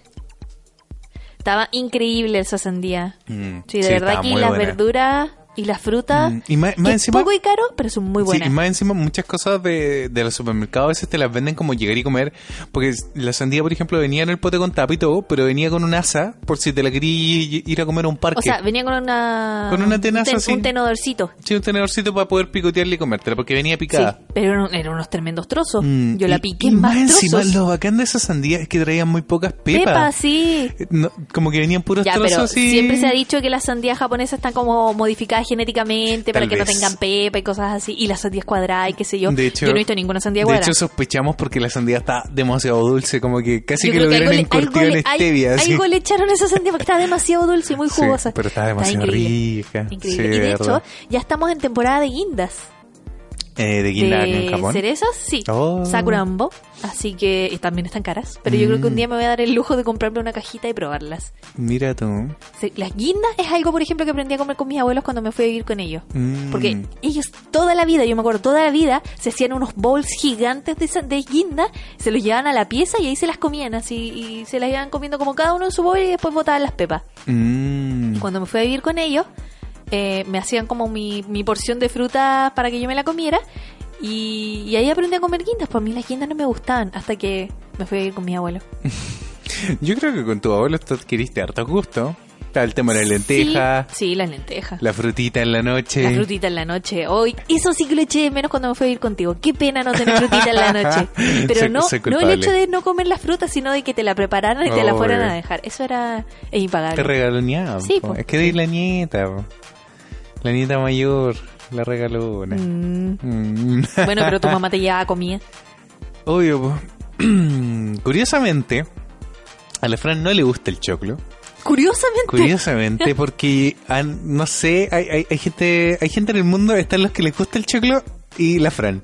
Estaba increíble esa sandía. Mm, Sí, de verdad estaba que muy las buena. verduras y las frutas, Mm, y más, más que es encima, poco y caro, pero son muy sí, buenas. y más encima muchas cosas de, de los supermercados a veces te las venden como llegar y comer, porque la sandía, por ejemplo, venía en el pote con tapa y todo, pero venía con un asa por si te la querías ir a comer a un parque. O sea, venía con una... Con una tenaza, un, ten- sí. un tenedorcito. Sí, un tenedorcito para poder picotearla y comértela, porque venía picada. Sí, pero eran, eran unos tremendos trozos. Mm, Yo la y- piqué y en más encima, trozos. lo bacán de esa sandía es que traían muy pocas pepas. Pepa, sí. Eh, no, como que venían puros Ya, trozos pero así. siempre se ha dicho que las sandías japonesas están como modificadas genéticamente para Tal que no vez. tengan pepa y cosas así. Y las sandías cuadradas y qué sé yo. De hecho- yo no he visto ninguna sandía De cuadrada. hecho, sospechamos porque la sandía está demasiado dulce, como que casi Yo que creo lo que hubieran algo le- encurtido algo en le- al- stevia. así. algo le echaron a esa sandía porque estaba demasiado dulce y muy Sí, jugosa. pero está demasiado increíble. rica. Increíble. Sí, y de de hecho, verdad. ya estamos en temporada de guindas. Eh, de guinda acá en De Japón. cerezas, sí. Oh. Sakurambo. Así que y también están caras. Pero yo creo que un Mm. día me voy a dar el lujo de comprarme una cajita y probarlas. Mira tú. Sí, las guindas es algo, por ejemplo, que aprendí a comer con mis abuelos cuando me fui a vivir con ellos. Mm. Porque ellos toda la vida, yo me acuerdo, toda la vida se hacían unos bowls gigantes de, esa- de guinda, se los llevaban a la pieza y ahí se las comían así. Y se las iban comiendo como cada uno en su bowl y después botaban las pepas. Mm. Cuando me fui a vivir con ellos, eh, me hacían como mi, mi porción de fruta para que yo me la comiera. Y, y ahí aprendí a comer guindas. Pues a mí las guindas no me gustaban hasta que me fui a ir con mi abuelo. Yo creo que con tu abuelo tú adquiriste harto gusto. Está el tema de las lentejas. Sí, sí, las lentejas. La frutita en la noche. La frutita en la noche. Hoy, eso sí que lo eché de menos cuando me fui a ir contigo. Qué pena no tener frutita en la noche. Pero Soy- no, soy no el culpable. hecho de no comer las frutas, sino de que te la prepararan y te la Oh, fueran eh. a dejar. Eso era es Te impagable. regaloneaban. Sí, po. po. Es que eres la nieta. Po. La nieta mayor. La regalona. Mm, Mm. Bueno, pero tu mamá te llevaba comida. Obvio, po. Curiosamente, a la Fran no le gusta el choclo. Curiosamente. Curiosamente, porque ah, no sé, hay, hay, hay gente, hay gente en el mundo, están los que les gusta el choclo y la Fran.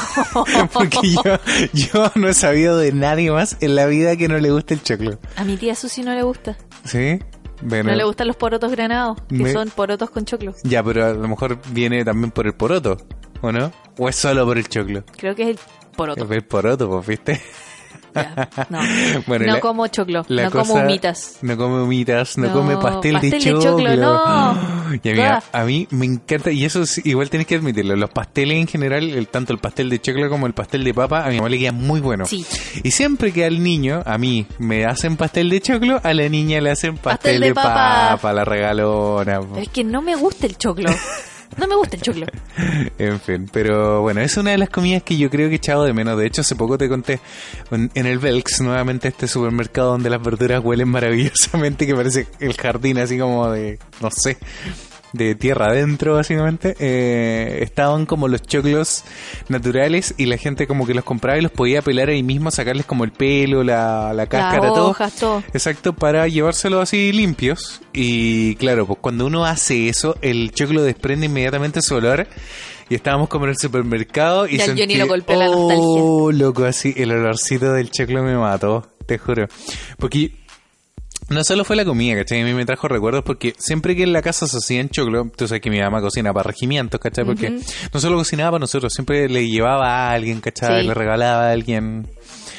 Porque yo, yo no he sabido de nadie más en la vida que no le guste el choclo. A mi tía Susi no le gusta. ¿Sí? Bueno, No le gustan los porotos granados, que Me- son porotos con choclo. ya, pero a lo mejor viene también por el poroto, ¿o no? ¿O es solo por el choclo? Creo que es el poroto. Es el poroto, pues, ¿viste? Ya, no, Bueno, no la- como choclo, La no como cosa- humitas. No come humitas, no, No, come pastel, pastel de de choclo. choclo, no. Y amiga, Ah. a mí me encanta, y eso sí, igual tenés que admitirlo, los pasteles en general, el, tanto el pastel de choclo como el pastel de papa, a mi mamá le queda muy bueno. Sí. Y siempre que al niño, a mí, me hacen pastel de choclo, a la niña le hacen pastel, Pastel de de papa. papa, la regalona. po. Pero es que no me gusta el choclo. No me gusta el choclo. En fin, pero bueno, es una de las comidas que yo creo que he echado de menos. De hecho, hace poco te conté en en el Belks, nuevamente este supermercado donde las verduras huelen maravillosamente, que parece el jardín así como de, no sé, de tierra adentro básicamente. Eh, estaban como los choclos naturales y la gente como que los compraba y los podía pelar ahí mismo, sacarles como el pelo, la, la cáscara, Las todo. hojas, todo. Exacto, para llevárselos así limpios. Y claro, pues cuando uno hace eso, el choclo desprende inmediatamente su olor. Y estábamos como en el supermercado y Ya el sentí, Johnny lo golpeó la oh, loco, así, el olorcito del choclo me mató, te juro. Porque no solo fue la comida, ¿cachai? A mí me trajo recuerdos porque siempre que en la casa se hacían choclo, tú sabes que mi mamá cocina para regimientos, ¿cachai? Porque Ujú. no solo cocinaba para nosotros, siempre le llevaba a alguien, ¿cachai? Sí. Le regalaba a alguien.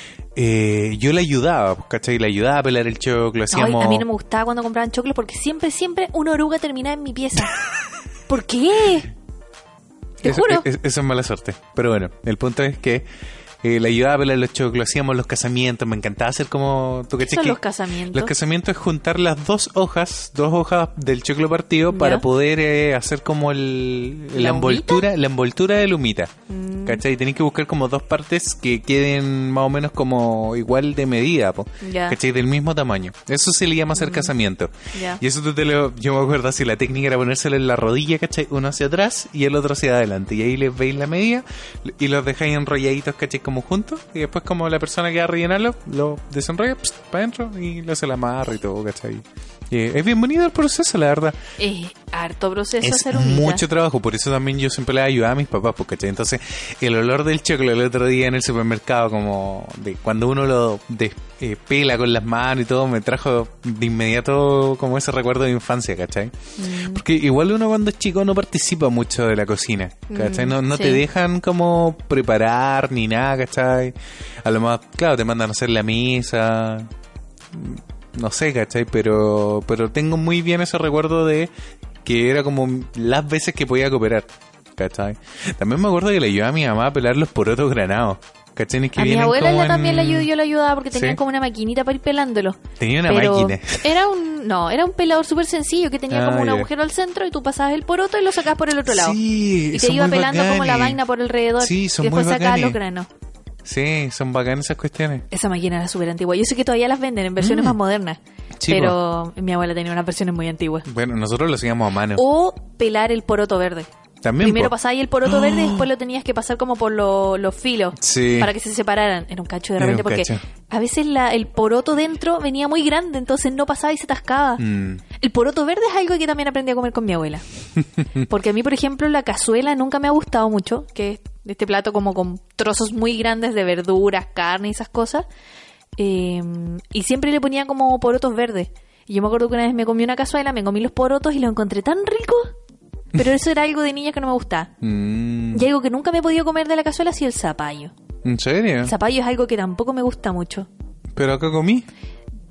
Eh, yo le ayudaba, ¿cachai? Le ayudaba a pelar el choclo, Ay, hacíamos... a mí no me gustaba cuando compraban choclos porque siempre, siempre una oruga terminaba en mi pieza. ¿Por qué? Te Eso, juro. es- eso es mala suerte. Pero bueno, el punto es que eh, le ayudaba a pelar los choclos, hacíamos los casamientos, me encantaba hacer como... ¿tú ¿Qué cachai son que los casamientos? Los casamientos es juntar las dos hojas, dos hojas del choclo partido para Ya. poder eh, hacer como el, ¿La la envoltura, la envoltura de la humita. Mm. ¿Cachai? Tenés que buscar como dos partes que queden más o menos como igual de medida, po. Ya. ¿Cachai? Del mismo tamaño. Eso se le llama hacer casamiento. Ya. Y eso tú te lo... Yo me acuerdo así, la técnica era ponérselo en la rodilla, ¿cachai? Uno hacia atrás y el otro hacia adelante. Y ahí les veis la medida y los dejáis enrolladitos, ¿cachai? Como juntos. Y después como la persona que va a rellenarlo, lo desenrolla para adentro y le hace la amarra y todo, ¿cachai? Y es bien bonito el proceso, la verdad. Es harto proceso Es hacer humita. mucho trabajo, por eso también yo siempre le ayudaba a mis papás, porque ¿cachai? Entonces el olor del choclo el otro día en el supermercado, como de cuando uno lo des- eh, pela con las manos y todo, me trajo de inmediato como ese recuerdo de infancia, ¿cachai? Mm. Porque igual uno cuando es chico no participa mucho de la cocina, ¿cachai? Mm, No, no sí. te dejan como preparar ni nada, ¿cachai? A lo más, claro, te mandan a hacer la mesa, no sé, ¿cachai? Pero, pero tengo muy bien ese recuerdo de que era como las veces que podía cooperar, ¿cachai? También me acuerdo que le ayudaba a mi mamá a pelar los porotos granados, ¿cachai? Es que A mi vienen abuela como la en- también la ayudó, yo la ayudaba porque tenían Sí. como una maquinita para ir pelándolo. Tenía una Pero máquina. Era un, no, era un pelador súper sencillo que tenía Ah, como un ya. agujero al centro y tú pasabas el poroto y lo sacabas por el otro lado. Sí, Y te son iba muy pelando como la bacanes. vaina por alrededor. Sí, son y después muy sacabas bacanes. los granos. Sí, son bacanas esas cuestiones. Esa máquina era súper antigua. Yo sé que todavía las venden en versiones Mm. más modernas. Sí, pero mi abuela tenía unas versiones muy antiguas. Bueno, nosotros lo hacíamos a mano. O pelar el poroto verde. También, Primero po. pasabas el poroto verde y después lo tenías que pasar como por lo- los filos Sí. para que se separaran. Era un cacho de Era repente un porque cacho. a veces la, el poroto dentro venía muy grande, entonces no pasaba y se tascaba. Mm. El poroto verde es algo que también aprendí a comer con mi abuela. Porque a mí, por ejemplo, la cazuela nunca me ha gustado mucho, que es este plato como con trozos muy grandes de verduras, carne y esas cosas. Eh, y siempre le ponía como porotos verdes. Y yo me acuerdo que una vez me comí una cazuela, me comí los porotos y los encontré tan ricos. Pero eso era algo de niña que no me gustaba. Mm. Y algo que nunca me he podido comer de la cazuela ha sido el zapallo. ¿En serio? El zapallo es algo que tampoco me gusta mucho. Pero acá comí.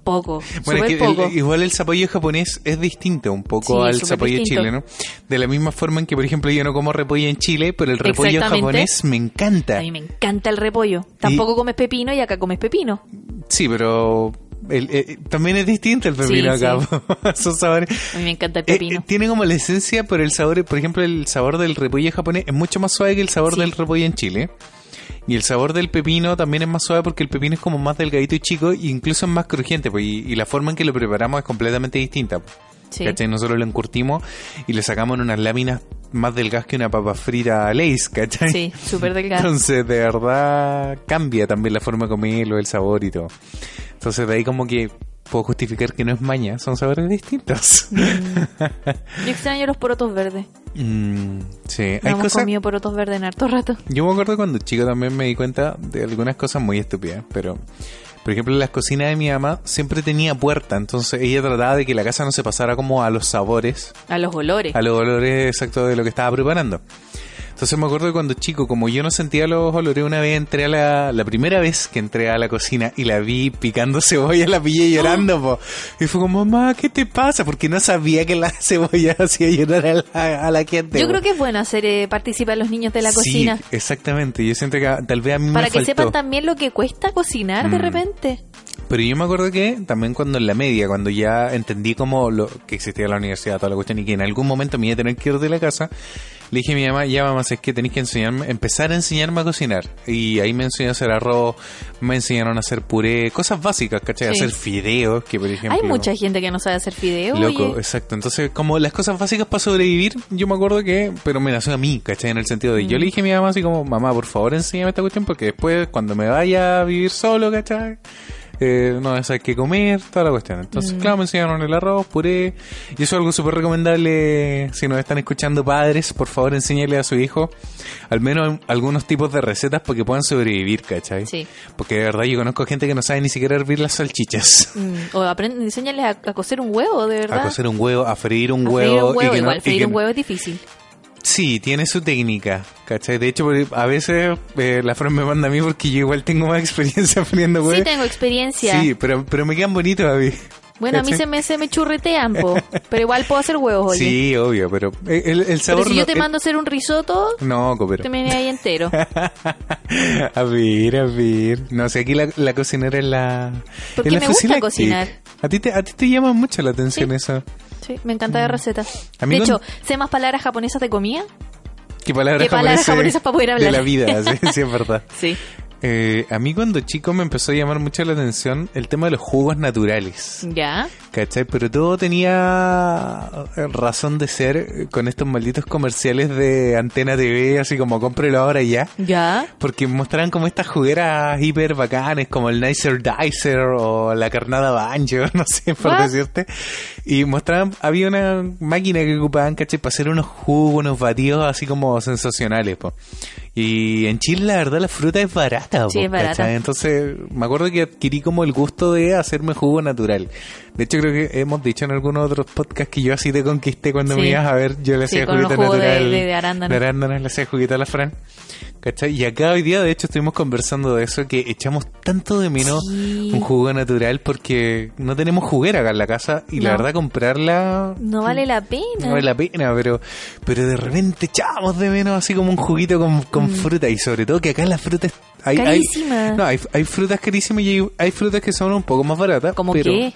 poco, Bueno, súper es que el- poco. igual el zapallo japonés es distinto un poco Sí, al súper zapallo distinto. chileno. De la misma forma en que, por ejemplo, yo no como repollo en Chile, pero el repollo Exactamente. japonés me encanta. A mí me encanta el repollo. Tampoco comes pepino y acá comes pepino. Sí, pero el- eh, también es distinto el pepino Sí, acá. Son sabores. A mí me encanta el Eh, pepino. eh, tiene como la esencia, pero el sabor, por ejemplo, el sabor del repollo japonés es mucho más suave que el sabor Sí. del repollo en Chile. Y el sabor del pepino también es más suave porque el pepino es como más delgadito y chico e incluso es más crujiente, pues, y, y la forma en que lo preparamos es completamente distinta. Pues. Sí. ¿Cachai? Nosotros lo encurtimos y le sacamos en unas láminas más delgadas que una papa frita Lay's, ¿cachai? Sí, súper delgado. Entonces, de verdad, cambia también la forma de comerlo, el sabor y todo. Entonces, de ahí como que puedo justificar que no es maña, son sabores distintos. Yo extraño los porotos verdes. Mm, sí, No hay hemos cosas... comido porotos verdes en harto rato. Yo me acuerdo cuando chico también me di cuenta de algunas cosas muy estúpidas, pero... Por ejemplo, en las cocinas de mi mamá siempre tenía puerta, entonces ella trataba de que la casa no se pasara como a los sabores, A los olores. a los olores exactos de lo que estaba preparando. Entonces me acuerdo que cuando chico, como yo no sentía los olores, una vez entré a la... La primera vez que entré a la cocina y la vi picando cebolla, la pillé llorando, po. Y fue como, mamá, ¿qué te pasa? Porque no sabía que la cebolla hacía llorar a la, a la gente. Yo po. creo que es bueno hacer eh, participar a los niños de la cocina. Sí, exactamente. Yo siento que tal vez a mí Para me que faltó. sepan también lo que cuesta cocinar de Mm. repente. Pero yo me acuerdo que también cuando en la media, cuando ya entendí como lo que existía la universidad, toda la cuestión, y que en algún momento me iba a tener que ir de la casa, le dije a mi mamá, ya mamá, es que tenéis que enseñarme, empezar a enseñarme a cocinar. Y ahí me enseñó a hacer arroz, me enseñaron a hacer puré, cosas básicas, ¿cachai? Sí. A hacer fideos, que por ejemplo... Hay mucha gente que no sabe hacer fideos. Loco, oye. exacto. Entonces, como las cosas básicas para sobrevivir, yo me acuerdo que, pero me nació a mí, ¿cachai? En el sentido de, Mm. yo le dije a mi mamá así como, mamá, por favor, enséñame esta cuestión, porque después, cuando me vaya a vivir solo, ¿cachai? Eh, no sabes qué comer, toda la cuestión. Entonces, Mm. claro, me enseñaron el arroz, puré, y eso es algo súper recomendable. Si nos están escuchando padres, por favor, enséñale a su hijo al menos algunos tipos de recetas para que puedan sobrevivir, ¿cachai? Sí. Porque de verdad yo conozco gente que no sabe ni siquiera hervir las salchichas. Mm, O aprende, enséñales a, a cocer un huevo, de verdad. A cocer un huevo, a freír un A huevo. freír un huevo. y que no- Igual, y freír que un no- huevo es difícil. Sí, tiene su técnica, ¿cachai? De hecho, por- a veces eh, la Fran me manda a mí porque yo igual tengo más experiencia friendo huevos. Sí, tengo experiencia. Sí, pero, pero me quedan bonitos a mí. Bueno, a mí ¿cachai? se me, se me churretean, po. Pero igual puedo hacer huevos, oye. Sí, obvio, pero el, el Pero sabor si yo no- te el- mando a hacer un risotto, No, copero. te me viene ahí entero. A ver, a ver. No sé, aquí la, la cocinera es la... Porque es la me gusta Fusilactic. cocinar. A ti te, a ti te llama mucho la atención Sí. eso. Sí, me encanta de recetas. A mí De con- hecho, sé más palabras japonesas de comida. ¿Qué palabras, ¿Qué palabras japonesas para poder hablar? De la vida, sí, sí, es verdad. Sí. Eh, a mí cuando chico me empezó a llamar mucho la atención el tema de los jugos naturales. ¿Ya? ¿Cachai? Pero todo tenía razón de ser con estos malditos comerciales de Antena T V, así como cómprelo ahora y ya. ¿Ya? Porque mostraban como estas jugueras hiper bacanes, como el Nicer Dicer o la carnada Banjo, no sé por What? decirte. Y mostraban, había una máquina que ocupaban, ¿cachai? Para hacer unos jugos, unos batidos así como sensacionales, po. Y en Chile, la verdad, la fruta es barata, Sí, po, es barata. ¿cachai? Entonces, me acuerdo que adquirí como el gusto de hacerme jugo natural. De hecho, creo que hemos dicho en algunos otros podcasts que yo así te conquisté cuando Sí. me ibas a ver. Yo le Sí, hacía con los juguito jugos de- natural. de- de arándano. De arándano, le hacía juguito a la Fran. ¿Cachai? Y acá hoy día, de hecho, estuvimos conversando de eso, que echamos tanto de menos Sí. un jugo natural porque no tenemos juguera acá en la casa y la No. verdad comprarla No vale la pena. no vale la pena, pero pero de repente echamos de menos así como un juguito con, con fruta y sobre todo que acá la fruta es... Hay, hay- Carísima. no, hay, hay frutas carísimas y hay, hay frutas que son un poco más baratas. ¿Cómo pero, qué?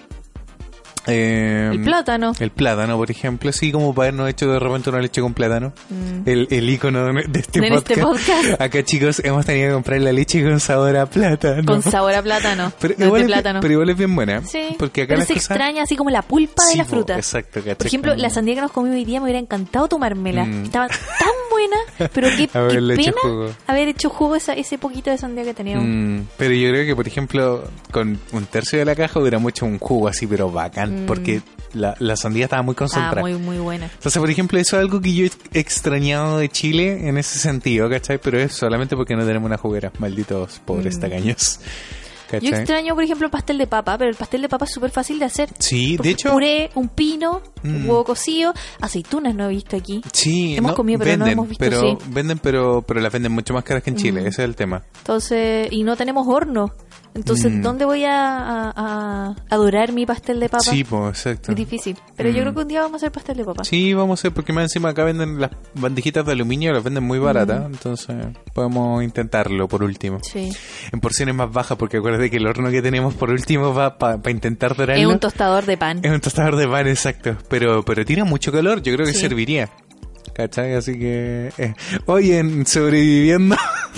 eh, El plátano. El plátano, por ejemplo, sí, como para habernos hecho de repente una leche con plátano. Mm. El, el icono de de este, De podcast. este podcast. Acá, chicos, hemos tenido que comprar la leche con sabor a plátano. Con sabor a plátano. pero, no es igual de es, plátano. pero igual es bien buena. Sí. Porque acá pero las se cosas... extraña así como la pulpa Sí, de la po, fruta. exacto, ¿cachai? Por ejemplo, Como- la sandía que nos comimos hoy día me hubiera encantado tomármela. Mm. Estaba tan buena, pero qué, qué Haberle hecho pena jugo. haber hecho jugo esa, ese poquito de sandía que teníamos. Mm, pero yo creo que, por ejemplo, con un tercio de la caja hubiera hecho un jugo así, pero bacán, Mm. porque la, la sandía estaba muy Ah, concentrada. muy, muy buena. Entonces, por ejemplo, eso es algo que yo he extrañado de Chile en ese sentido, ¿cachai? Pero es solamente porque no tenemos una juguera, malditos pobres Mm. tacaños. Yo ¿Cachai? extraño, por ejemplo, el pastel de papa, pero el pastel de papa es súper fácil de hacer. Sí, Porque de hecho... puré, un pino, un Mm. huevo cocido, aceitunas no he visto aquí. Sí, Hemos no, comido, pero no venden, hemos visto, pero, sí. Venden, pero, pero las venden mucho más caras que en Chile, Mm. ese es el tema. Entonces, y no tenemos horno. Entonces, Mm. ¿dónde voy a, a, a adorar mi pastel de papa? Sí, pues, exacto. Es difícil. Pero Mm. yo creo que un día vamos a hacer pastel de papa. Sí, vamos a hacer, porque más encima acá venden las bandejitas de aluminio, las venden muy baratas, Mm. entonces podemos intentarlo por último. Sí. En porciones más bajas, porque acuérdate que el horno que tenemos por último va para intentar dorarlo. Es un tostador de pan. Es un tostador de pan, exacto. Pero, pero tira mucho calor, yo creo que Sí. serviría. ¿Cachai? Así que... Eh. Oye, en sobreviviendo...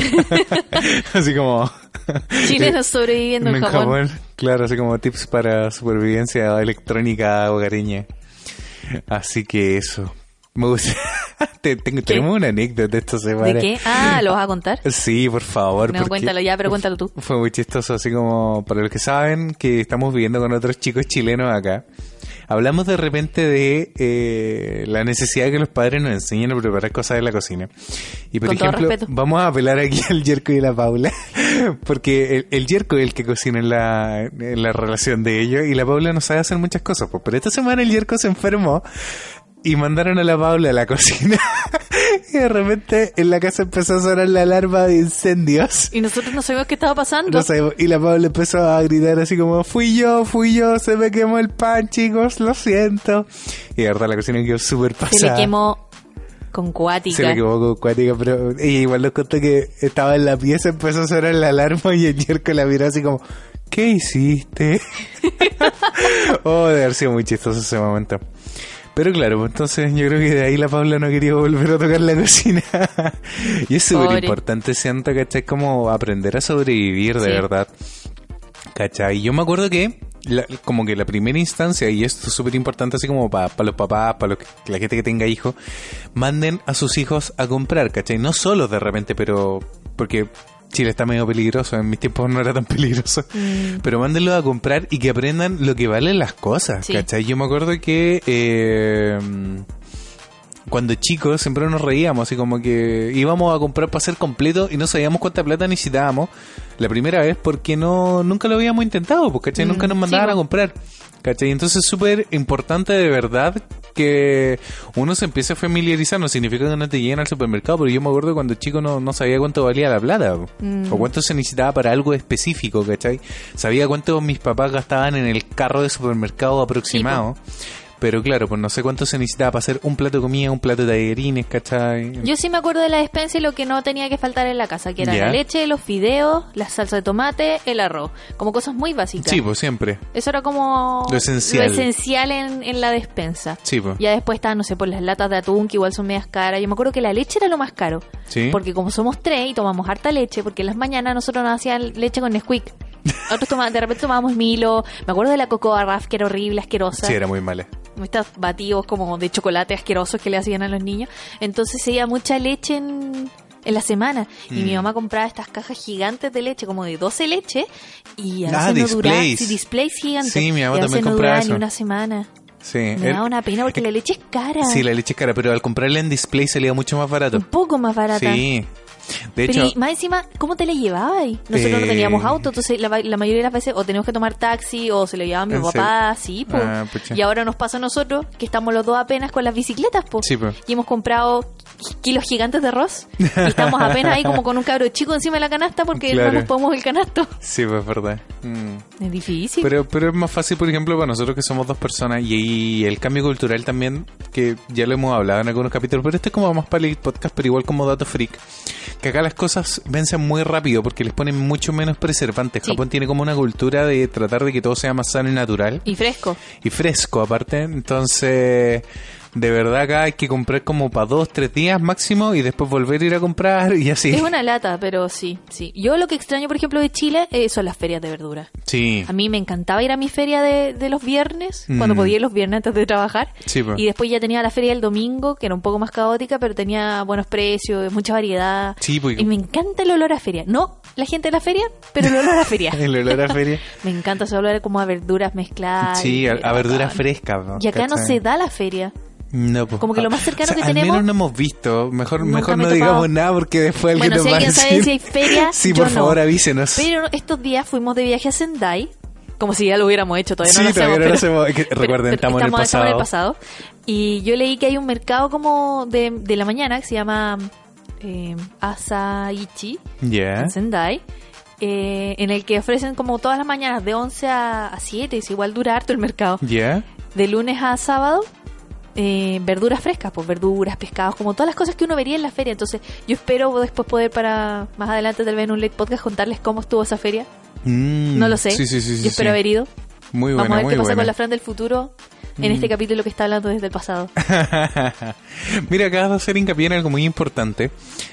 así como... Chilenos sobreviviendo en, en Japón. Japón. Claro, así como tips para supervivencia electrónica hogareña. Así que eso. Me gusta. Te- tengo- tenemos una anécdota esta semana. ¿De qué? Ah, ¿lo vas a contar? Sí, por favor. No, porque cuéntalo ya, pero cuéntalo tú. Fue muy chistoso, así como para los que saben que estamos viviendo con otros chicos chilenos acá. Hablamos de repente de eh, la necesidad de que los padres nos enseñen a preparar cosas de la cocina. Y por Con todo ejemplo, respeto. vamos a apelar aquí al Yerko y la Paula, porque el, el Yerko es el que cocina en la, en la relación de ellos y la Paula no sabe hacer muchas cosas. Pues. Pero esta semana el Yerko se enfermó y mandaron a la Paula a la cocina y de repente en la casa empezó a sonar la alarma de incendios. Y nosotros no sabíamos qué estaba pasando. No sabemos. Y la Paula empezó a gritar así como, fui yo, fui yo, se me quemó el pan, chicos, lo siento. Y de verdad la cocina quedó súper pasada. Se le quemó con cuática. Se le quemó con cuática, pero ella igual nos contó que estaba en la pieza, empezó a sonar la alarma y el Yerko la miró así como, ¿qué hiciste? Oh, de haber sido muy chistoso ese momento. Pero claro, pues entonces yo creo que de ahí la Paula no quería volver a tocar la cocina. Y es súper Pobre. importante, siento, ¿cachai? Como aprender a sobrevivir, de Sí. verdad. ¿Cachai? Yo me acuerdo que la- como que la primera instancia, y esto es súper importante así como para los papás, para la gente que tenga hijos, manden a sus hijos a comprar, ¿cachai? No solos de repente, pero porque Chile está medio peligroso, en mis tiempos no era tan peligroso, Mm. pero mándenlos a comprar y que aprendan lo que valen las cosas, Sí. ¿cachai? Yo me acuerdo que... Eh, cuando chicos siempre nos reíamos, así como que íbamos a comprar para ser completo y no sabíamos cuánta plata necesitábamos la primera vez porque no nunca lo habíamos intentado, pues, ¿cachai? Mm, Nunca nos sí, mandaban po. a comprar, ¿cachai? Entonces es súper importante de verdad que uno se empiece a familiarizar, no significa que no te lleguen al supermercado, pero yo me acuerdo cuando chico no, no sabía cuánto valía la plata, po, Mm. o cuánto se necesitaba para algo específico, ¿cachai? Sabía cuánto mis papás gastaban en el carro de supermercado aproximado. Pero claro, pues no sé cuánto se necesitaba para hacer un plato de comida, un plato de tallarines, ¿cachai? Yo sí me acuerdo de la despensa y lo que no tenía que faltar en la casa, que era Ya. la leche, los fideos, la salsa de tomate, el arroz. Como cosas muy básicas. Sí, pues siempre. Eso era como Lo esencial. lo esencial en, en la despensa. Sí, pues. Ya después estaban, no sé, por las latas de atún, que igual son medias caras. Yo me acuerdo que la leche era lo más caro. Sí. Porque como somos tres y tomamos harta leche, porque en las mañanas nosotros nos hacían leche con Nesquik. Otros tomaban, de repente tomábamos Milo. Me acuerdo de la Cocoa Raf, que era horrible, asquerosa. Sí, era muy mala. Estos batidos como de chocolate asquerosos que le hacían a los niños. Entonces se iba mucha leche en, en la semana. Y Mm. mi mamá compraba estas cajas gigantes de leche, como de doce leches. Y a Ah, veces no duraba. displays. Sí, displays gigantes. Sí, mi mamá y a veces también no compraba duraba eso. ni una semana. Sí. Me El- daba una pena porque la leche es cara. Sí, la leche es cara, pero al comprarla en display salía mucho más barato. Un poco más barata. Sí. De Pero hecho, y más encima, ¿cómo te la llevabas? Nosotros Eh, no teníamos auto, entonces la, la mayoría de las veces o teníamos que tomar taxi o se lo llevaba mi ¿En papá, sí, pues. Ah, pucha. Y ahora nos pasa a nosotros que estamos los dos apenas con las bicicletas, pues. Sí, po. Y hemos comprado kilos gigantes de arroz y estamos apenas ahí como con un cabro chico encima de la canasta porque Claro. no nos podemos el canasto. sí, pues es verdad. Mm. Es difícil. Pero, pero es más fácil, por ejemplo, para nosotros que somos dos personas y, y el cambio cultural también, que ya lo hemos hablado en algunos capítulos, pero este es como más para el podcast, pero igual como dato freak, que acá las cosas vencen muy rápido porque les ponen mucho menos preservantes. Sí. Japón tiene como una cultura de tratar de que todo sea más sano y natural Y fresco. y fresco aparte, entonces... De verdad acá hay que comprar como para dos, tres días máximo y después volver a ir a comprar y así. Es una lata, pero sí, sí. Yo lo que extraño, por ejemplo, de Chile eh, son las ferias de verdura. Sí, A mí me encantaba ir a mi feria de, de los viernes, Mm. cuando podía ir los viernes antes de trabajar. sí, pues. Y después ya tenía la feria del domingo, que era un poco más caótica, pero tenía buenos precios, mucha variedad. Sí, pues. Y me encanta el olor a feria. No la gente de la feria, pero el olor a feria. El olor a feria. Me encanta ese olor como a verduras mezcladas. Sí, y- a, a verduras bacán. frescas, ¿no? Y acá no ¿Cachai? se da la feria. No, pues. Como que lo más cercano O sea, que al tenemos- menos no hemos visto. Mejor, Nunca mejor me no he topado. digamos nada porque después alguien Bueno, nos si va a alguien sabe decir. si hay feria, Sí, yo por no. favor, avísenos. Pero estos días fuimos de viaje a Sendai, como si ya lo hubiéramos hecho, todavía Sí, no lo hacemos. todavía no lo pero- hacemos. Es que, pero- recuerden, pero estamos en el pasado. en el pasado. Y yo leí que hay un mercado como de, de la mañana que se llama eh, Asaichi, Ya. en Sendai. eh, en el que ofrecen como todas las mañanas de once a siete, es igual dura harto el mercado. ¿Ya? Yeah. De lunes a sábado, eh, verduras frescas, pues verduras, pescados, como todas las cosas que uno vería en la feria. Entonces yo espero después poder para más adelante tal vez en un late podcast contarles cómo estuvo esa feria. Mm, no lo sé, sí, sí, sí, yo sí, espero sí. haber ido. Muy buena, Vamos a ver muy qué pasa buena. con la Fran del futuro en mm. este capítulo que está hablando desde el pasado. Mira, acabas de hacer hincapié en algo muy importante.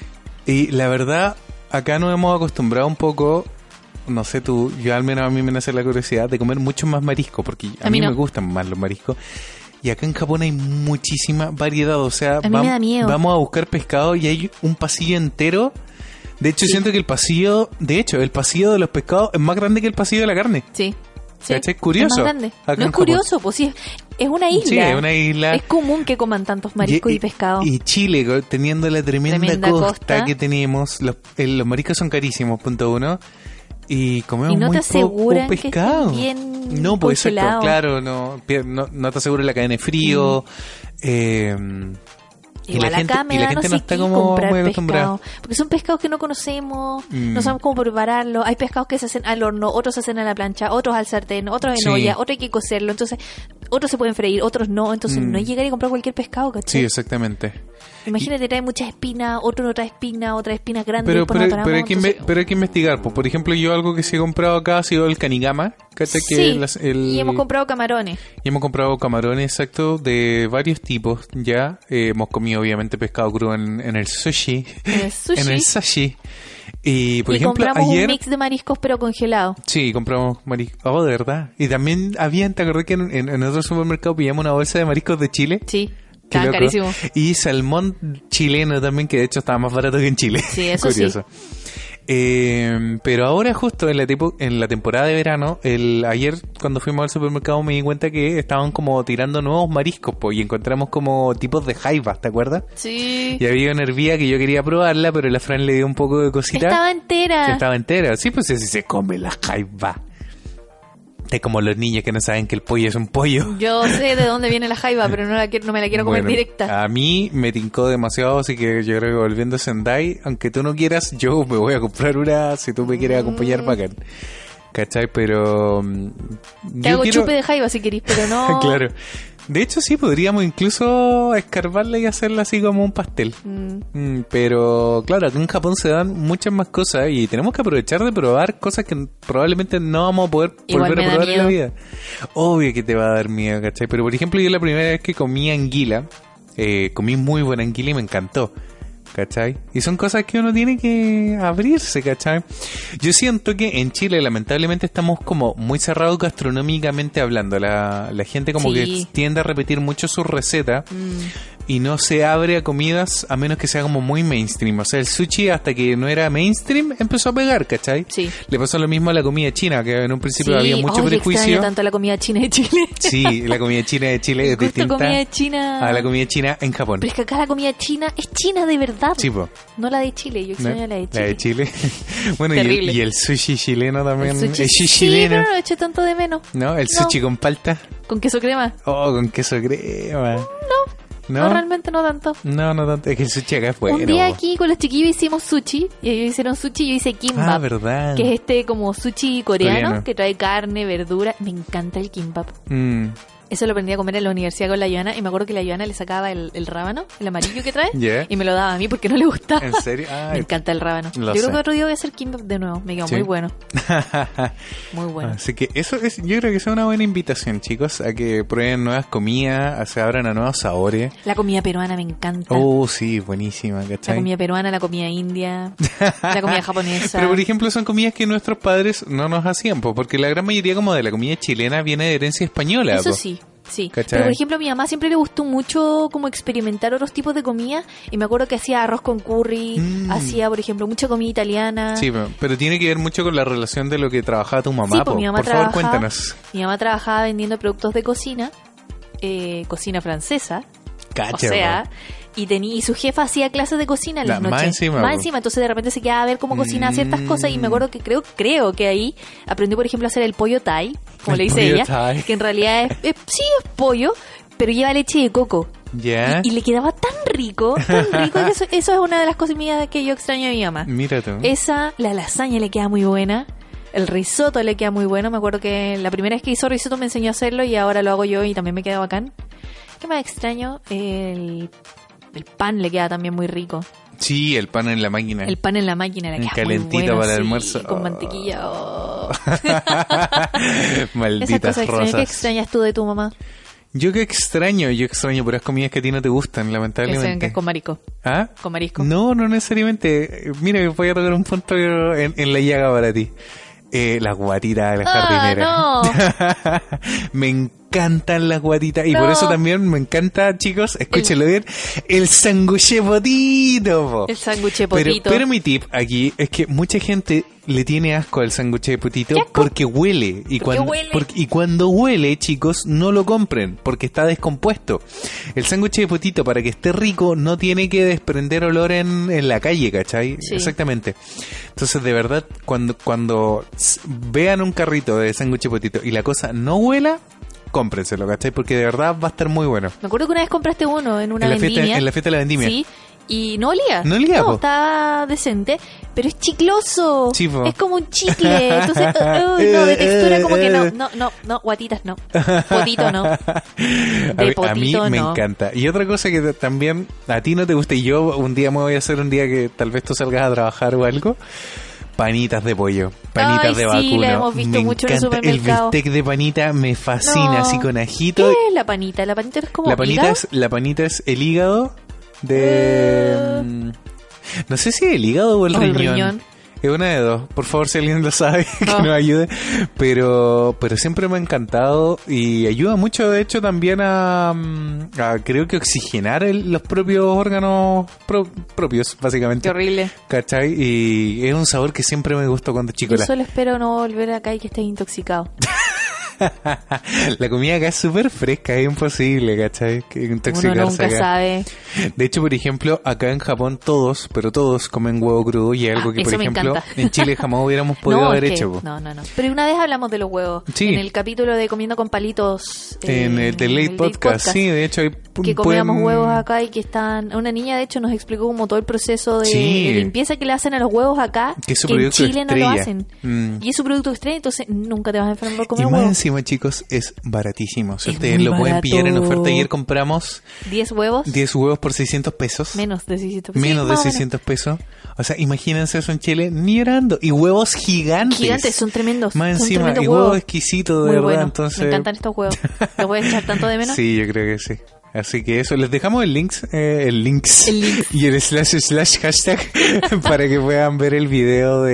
Y la verdad, acá nos hemos acostumbrado un poco, no sé tú, yo al menos a mí me nace la curiosidad de comer mucho más marisco, porque a, a mí, mí no. me gustan más los mariscos. Y acá en Japón hay muchísima variedad, o sea, a mí vam- me da miedo. vamos a buscar pescado y hay un pasillo entero. De hecho, sí. siento que el pasillo, de hecho, el pasillo de los pescados es más grande que el pasillo de la carne. Sí. Sí, es curioso. Es más grande. No es curioso, pues sí, es una isla. Sí, es una isla. Es común que coman tantos mariscos y, y pescados. Y Chile, teniendo la tremenda, tremenda costa, costa que tenemos, los, los mariscos son carísimos, punto uno. Y comemos y no muy te aseguran poco pescado. Que bien no, pues congelado. exacto, claro, no, no, no te aseguran la cadena de frío. Mm. Eh, Y la gente, acá me y la da gente no no sé está qué como comprar muy acostumbrada. pescado, porque son pescados que no conocemos, mm. no sabemos cómo prepararlo. Hay pescados que se hacen al horno, otros se hacen a la plancha, otros al sartén, otros en sí. olla, otros hay que cocerlo, entonces otros se pueden freír, otros no, entonces mm. no es llegar y comprar cualquier pescado, ¿cachai? Sí, exactamente. Imagínate, y... trae muchas espinas, otro no trae espina, otra espina grande. Pero, pero, no pero, hay que entonces... pero hay que investigar. Pues, por ejemplo, yo algo que sí he comprado acá ha sido el kanigama. ¿Cachai? Sí, que las, el... y hemos comprado camarones. Y hemos comprado camarones, exacto, de varios tipos ya. Eh, hemos comido, obviamente, pescado crudo en, en el sushi. En el sushi. en el sashi. Y, por y ejemplo, compramos ayer... un mix de mariscos, pero congelado. Sí, compramos mariscos. Oh, de verdad. Y también había, ¿te acordás que en, en, en otro supermercado pillamos una bolsa de mariscos de Chile? Sí. Tan carísimo. Y salmón chileno también, que de hecho estaba más barato que en Chile. Sí, eso curioso. Sí. Eh, pero ahora justo en la tipo, en la temporada de verano, el ayer cuando fuimos al supermercado me di cuenta que estaban como tirando nuevos mariscos, po, y encontramos como tipos de jaivas, ¿te acuerdas? Sí. Y había una hervía que yo quería probarla, pero la Fran le dio un poco de cosita. Estaba entera. Que estaba entera. Sí, pues así se come la jaiva. Es como los niños que no saben que el pollo es un pollo. Yo sé de dónde viene la jaiba, pero no, la quiero, no me la quiero comer bueno, directa. A mí me tincó demasiado, así que yo creo que volviendo a Sendai, aunque tú no quieras, yo me voy a comprar una si tú me quieres acompañar, mm. bacán. ¿Cachai? Pero... Te hago quiero... chupe de jaiba si querís, pero no... Claro. De hecho, sí, podríamos incluso escarbarla y hacerla así como un pastel. Mm. Mm, pero, claro, aquí en Japón se dan muchas más cosas y tenemos que aprovechar de probar cosas que probablemente no vamos a poder Igual volver a probar miedo. en la vida. Obvio que te va a dar miedo, ¿cachai? Pero, por ejemplo, yo la primera vez que comí anguila, eh, comí muy buena anguila y me encantó. ¿Cachai? Y son cosas que uno tiene que abrirse, ¿cachai? Yo siento que en Chile lamentablemente estamos como muy cerrados gastronómicamente hablando. La, la gente como sí. que tiende a repetir mucho su receta mm. y no se abre a comidas a menos que sea como muy mainstream. O sea, el sushi hasta que no era mainstream empezó a pegar, ¿cachai? Sí. Le pasó lo mismo a la comida china, que en un principio sí. había mucho Oye, prejuicio. Extraño tanto la comida china de Chile. Sí, la comida china de Chile es distinta comida china... a la comida china en Japón. Pero es que acá la comida china es china de verdad. Sí, po. No la de Chile, yo extraño ¿No? la de Chile. La de Chile. Bueno, y el, y el sushi chileno también. El sushi, el sushi sí, chileno. pero no lo eché tanto de menos. ¿No? El no. sushi con palta. ¿Con queso crema? Oh, con queso crema. No. No, no realmente no tanto. No, no tanto. Es que el sushi acá es bueno. Un día aquí con los chiquillos hicimos sushi. Y ellos hicieron sushi y yo hice kimbap. Ah, verdad. Que es este como sushi coreano, coreano. que trae carne, verdura. Me encanta el kimbap. Mm. Eso lo aprendí a comer en la universidad con la Joana. Y me acuerdo que la Joana le sacaba el, el rábano, el amarillo que trae. Yeah. Y me lo daba a mí porque no le gustaba. ¿En serio? Ah, me encanta el rábano. Yo sé. creo que otro día voy a hacer kimbap de nuevo. Me quedó ¿Sí? muy bueno. Muy bueno. Así que eso es, yo creo que es una buena invitación, chicos, a que prueben nuevas comidas, a se abran a nuevos sabores. La comida peruana me encanta. Oh, sí, buenísima, ¿cachai? La comida peruana, la comida india, la comida japonesa. Pero, por ejemplo, son comidas que nuestros padres no nos hacían, po, porque la gran mayoría como de la comida chilena viene de herencia española. Eso po. sí. Sí, ¿cachai? Pero por ejemplo a mi mamá siempre le gustó mucho como experimentar otros tipos de comida y me acuerdo que hacía arroz con curry, mm. hacía por ejemplo mucha comida italiana. Sí, pero tiene que ver mucho con la relación de lo que trabajaba tu mamá. Sí, pues, mi mamá por favor, cuéntanos. Mi mamá trabajaba vendiendo productos de cocina, eh, cocina francesa. Cacha, o sea, y, tenía, y su jefa hacía clases de cocina en las La, noches. Más encima, más encima, entonces de repente se quedaba a ver cómo cocinaba mm. ciertas cosas y me acuerdo que creo creo que ahí aprendió, por ejemplo, a hacer el pollo thai, como el le dice ella, thai. que en realidad es, es sí es pollo, pero lleva leche de coco. Ya. Y, y le quedaba tan rico, tan rico, que eso, eso es una de las cosas mías que yo extraño a mi mamá. Mira tú. Esa, la lasaña le queda muy buena. El risotto le queda muy bueno. Me acuerdo que la primera vez que hizo risotto me enseñó a hacerlo y ahora lo hago yo y también me queda bacán. ¿Qué más extraño? El, el pan le queda también muy rico. Sí, el pan en la máquina. El pan en la máquina le queda calentito muy bueno, para el sí, almuerzo. con Oh. mantequilla. Oh. Malditas Esas cosas extrañas. rosas. ¿Qué extrañas tú de tu mamá? Yo que extraño, yo extraño puras comidas que a ti no te gustan, Que lamentablemente. sean que es con marisco. ¿Ah? Con marisco. No, no necesariamente. Mira, voy a tocar un punto en, en la llaga para ti. Eh, las guatitas de la jardinera. Ah, Me encantan las guatitas. Y No. por eso también me encanta, chicos, escúchenlo bien, el sanguche potito. po. El sándwich Pero, potito. pero mi tip aquí es que mucha gente le tiene asco al sándwich de potito ¿Qué asco? porque huele. Y Porque cuando, huele. porque- y cuando huele, chicos, no lo compren porque está descompuesto. El sándwich de potito, para que esté rico, no tiene que desprender olor en, en la calle, ¿cachai? Sí. Exactamente. Entonces, de verdad, cuando, cuando s- vean un carrito de sándwich de potito y la cosa no huela, cómprenselo, ¿cachai? Porque de verdad va a estar muy bueno. Me acuerdo que una vez compraste uno en una En la fiesta- vendimia. en la fiesta de la vendimia. Sí. Y no olía. No olía, po. estaba decente. Pero es chicloso. Sí, po. Es como un chicle. Entonces, uh, uy, no, de textura como que no. No, no, no, guatitas no. Potito no. A De mí- potito a mí me no. encanta. Y otra cosa que t- también a ti no te gusta, y yo un día me voy a hacer un día que tal vez tú salgas a trabajar o algo, panitas de pollo, panitas Ay, de sí, vacuno. la hemos visto me mucho en el encanta. supermercado. bistec de panita me fascina, No. así con ajito. ¿Qué es la panita? La panita es como La panita hígado. es, la panita es el hígado de... Eh. mm, no sé si el hígado o el O el riñón. riñón. Es una de dos. Por favor, si alguien lo sabe, que No. nos ayude. Pero, pero siempre me ha encantado y ayuda mucho, de hecho, también a, mm, a creo que oxigenar el- los propios órganos pro- propios, básicamente. Qué horrible. ¿Cachai? Y es un sabor que siempre me gustó cuando chico. Yo La, solo espero no volver acá y que estés intoxicado. la comida acá es súper fresca, es imposible, ¿cachai? Que Uno intoxicarse nunca acá. sabe. De hecho, por ejemplo, acá en Japón todos, pero todos comen huevo crudo y es algo Ah, que, por eso me ejemplo, encanta. en Chile jamás hubiéramos podido no, haber es que- hecho. po. no, no, no. Pero una vez hablamos de los huevos. Sí. En el capítulo de Comiendo con Palitos. eh, En el The Late, el podcast. sí, de hecho, hay, Que pueden- comíamos huevos acá y que están... Una niña, de hecho, nos explicó como todo el proceso de, Sí. de limpieza que le hacen a los huevos acá, Que es su en producto Chile no lo estrella. hacen. Mm. Y es su producto estrella, entonces nunca te vas a enfermar por Y comer más huevos. encima, chicos, es baratísimo. Si Es ustedes muy lo pueden barato. pillar en oferta, ayer compramos ¿diez huevos? diez huevos por seiscientos pesos. Menos de seiscientos pesos. Menos Sí, de más o menos. seiscientos pesos. O sea, imagínense eso en Chile, ni llorando. Y huevos gigantes. Gigantes, son tremendos. Más son encima, tremendos y huevos huevos. exquisitos, de Muy verdad. bueno. Entonces, Me encantan estos huevos. ¿Los voy a echar tanto de menos? sí, yo creo que sí. Así que eso, les dejamos el links, eh, el links El link. y el slash slash hashtag para que puedan ver el video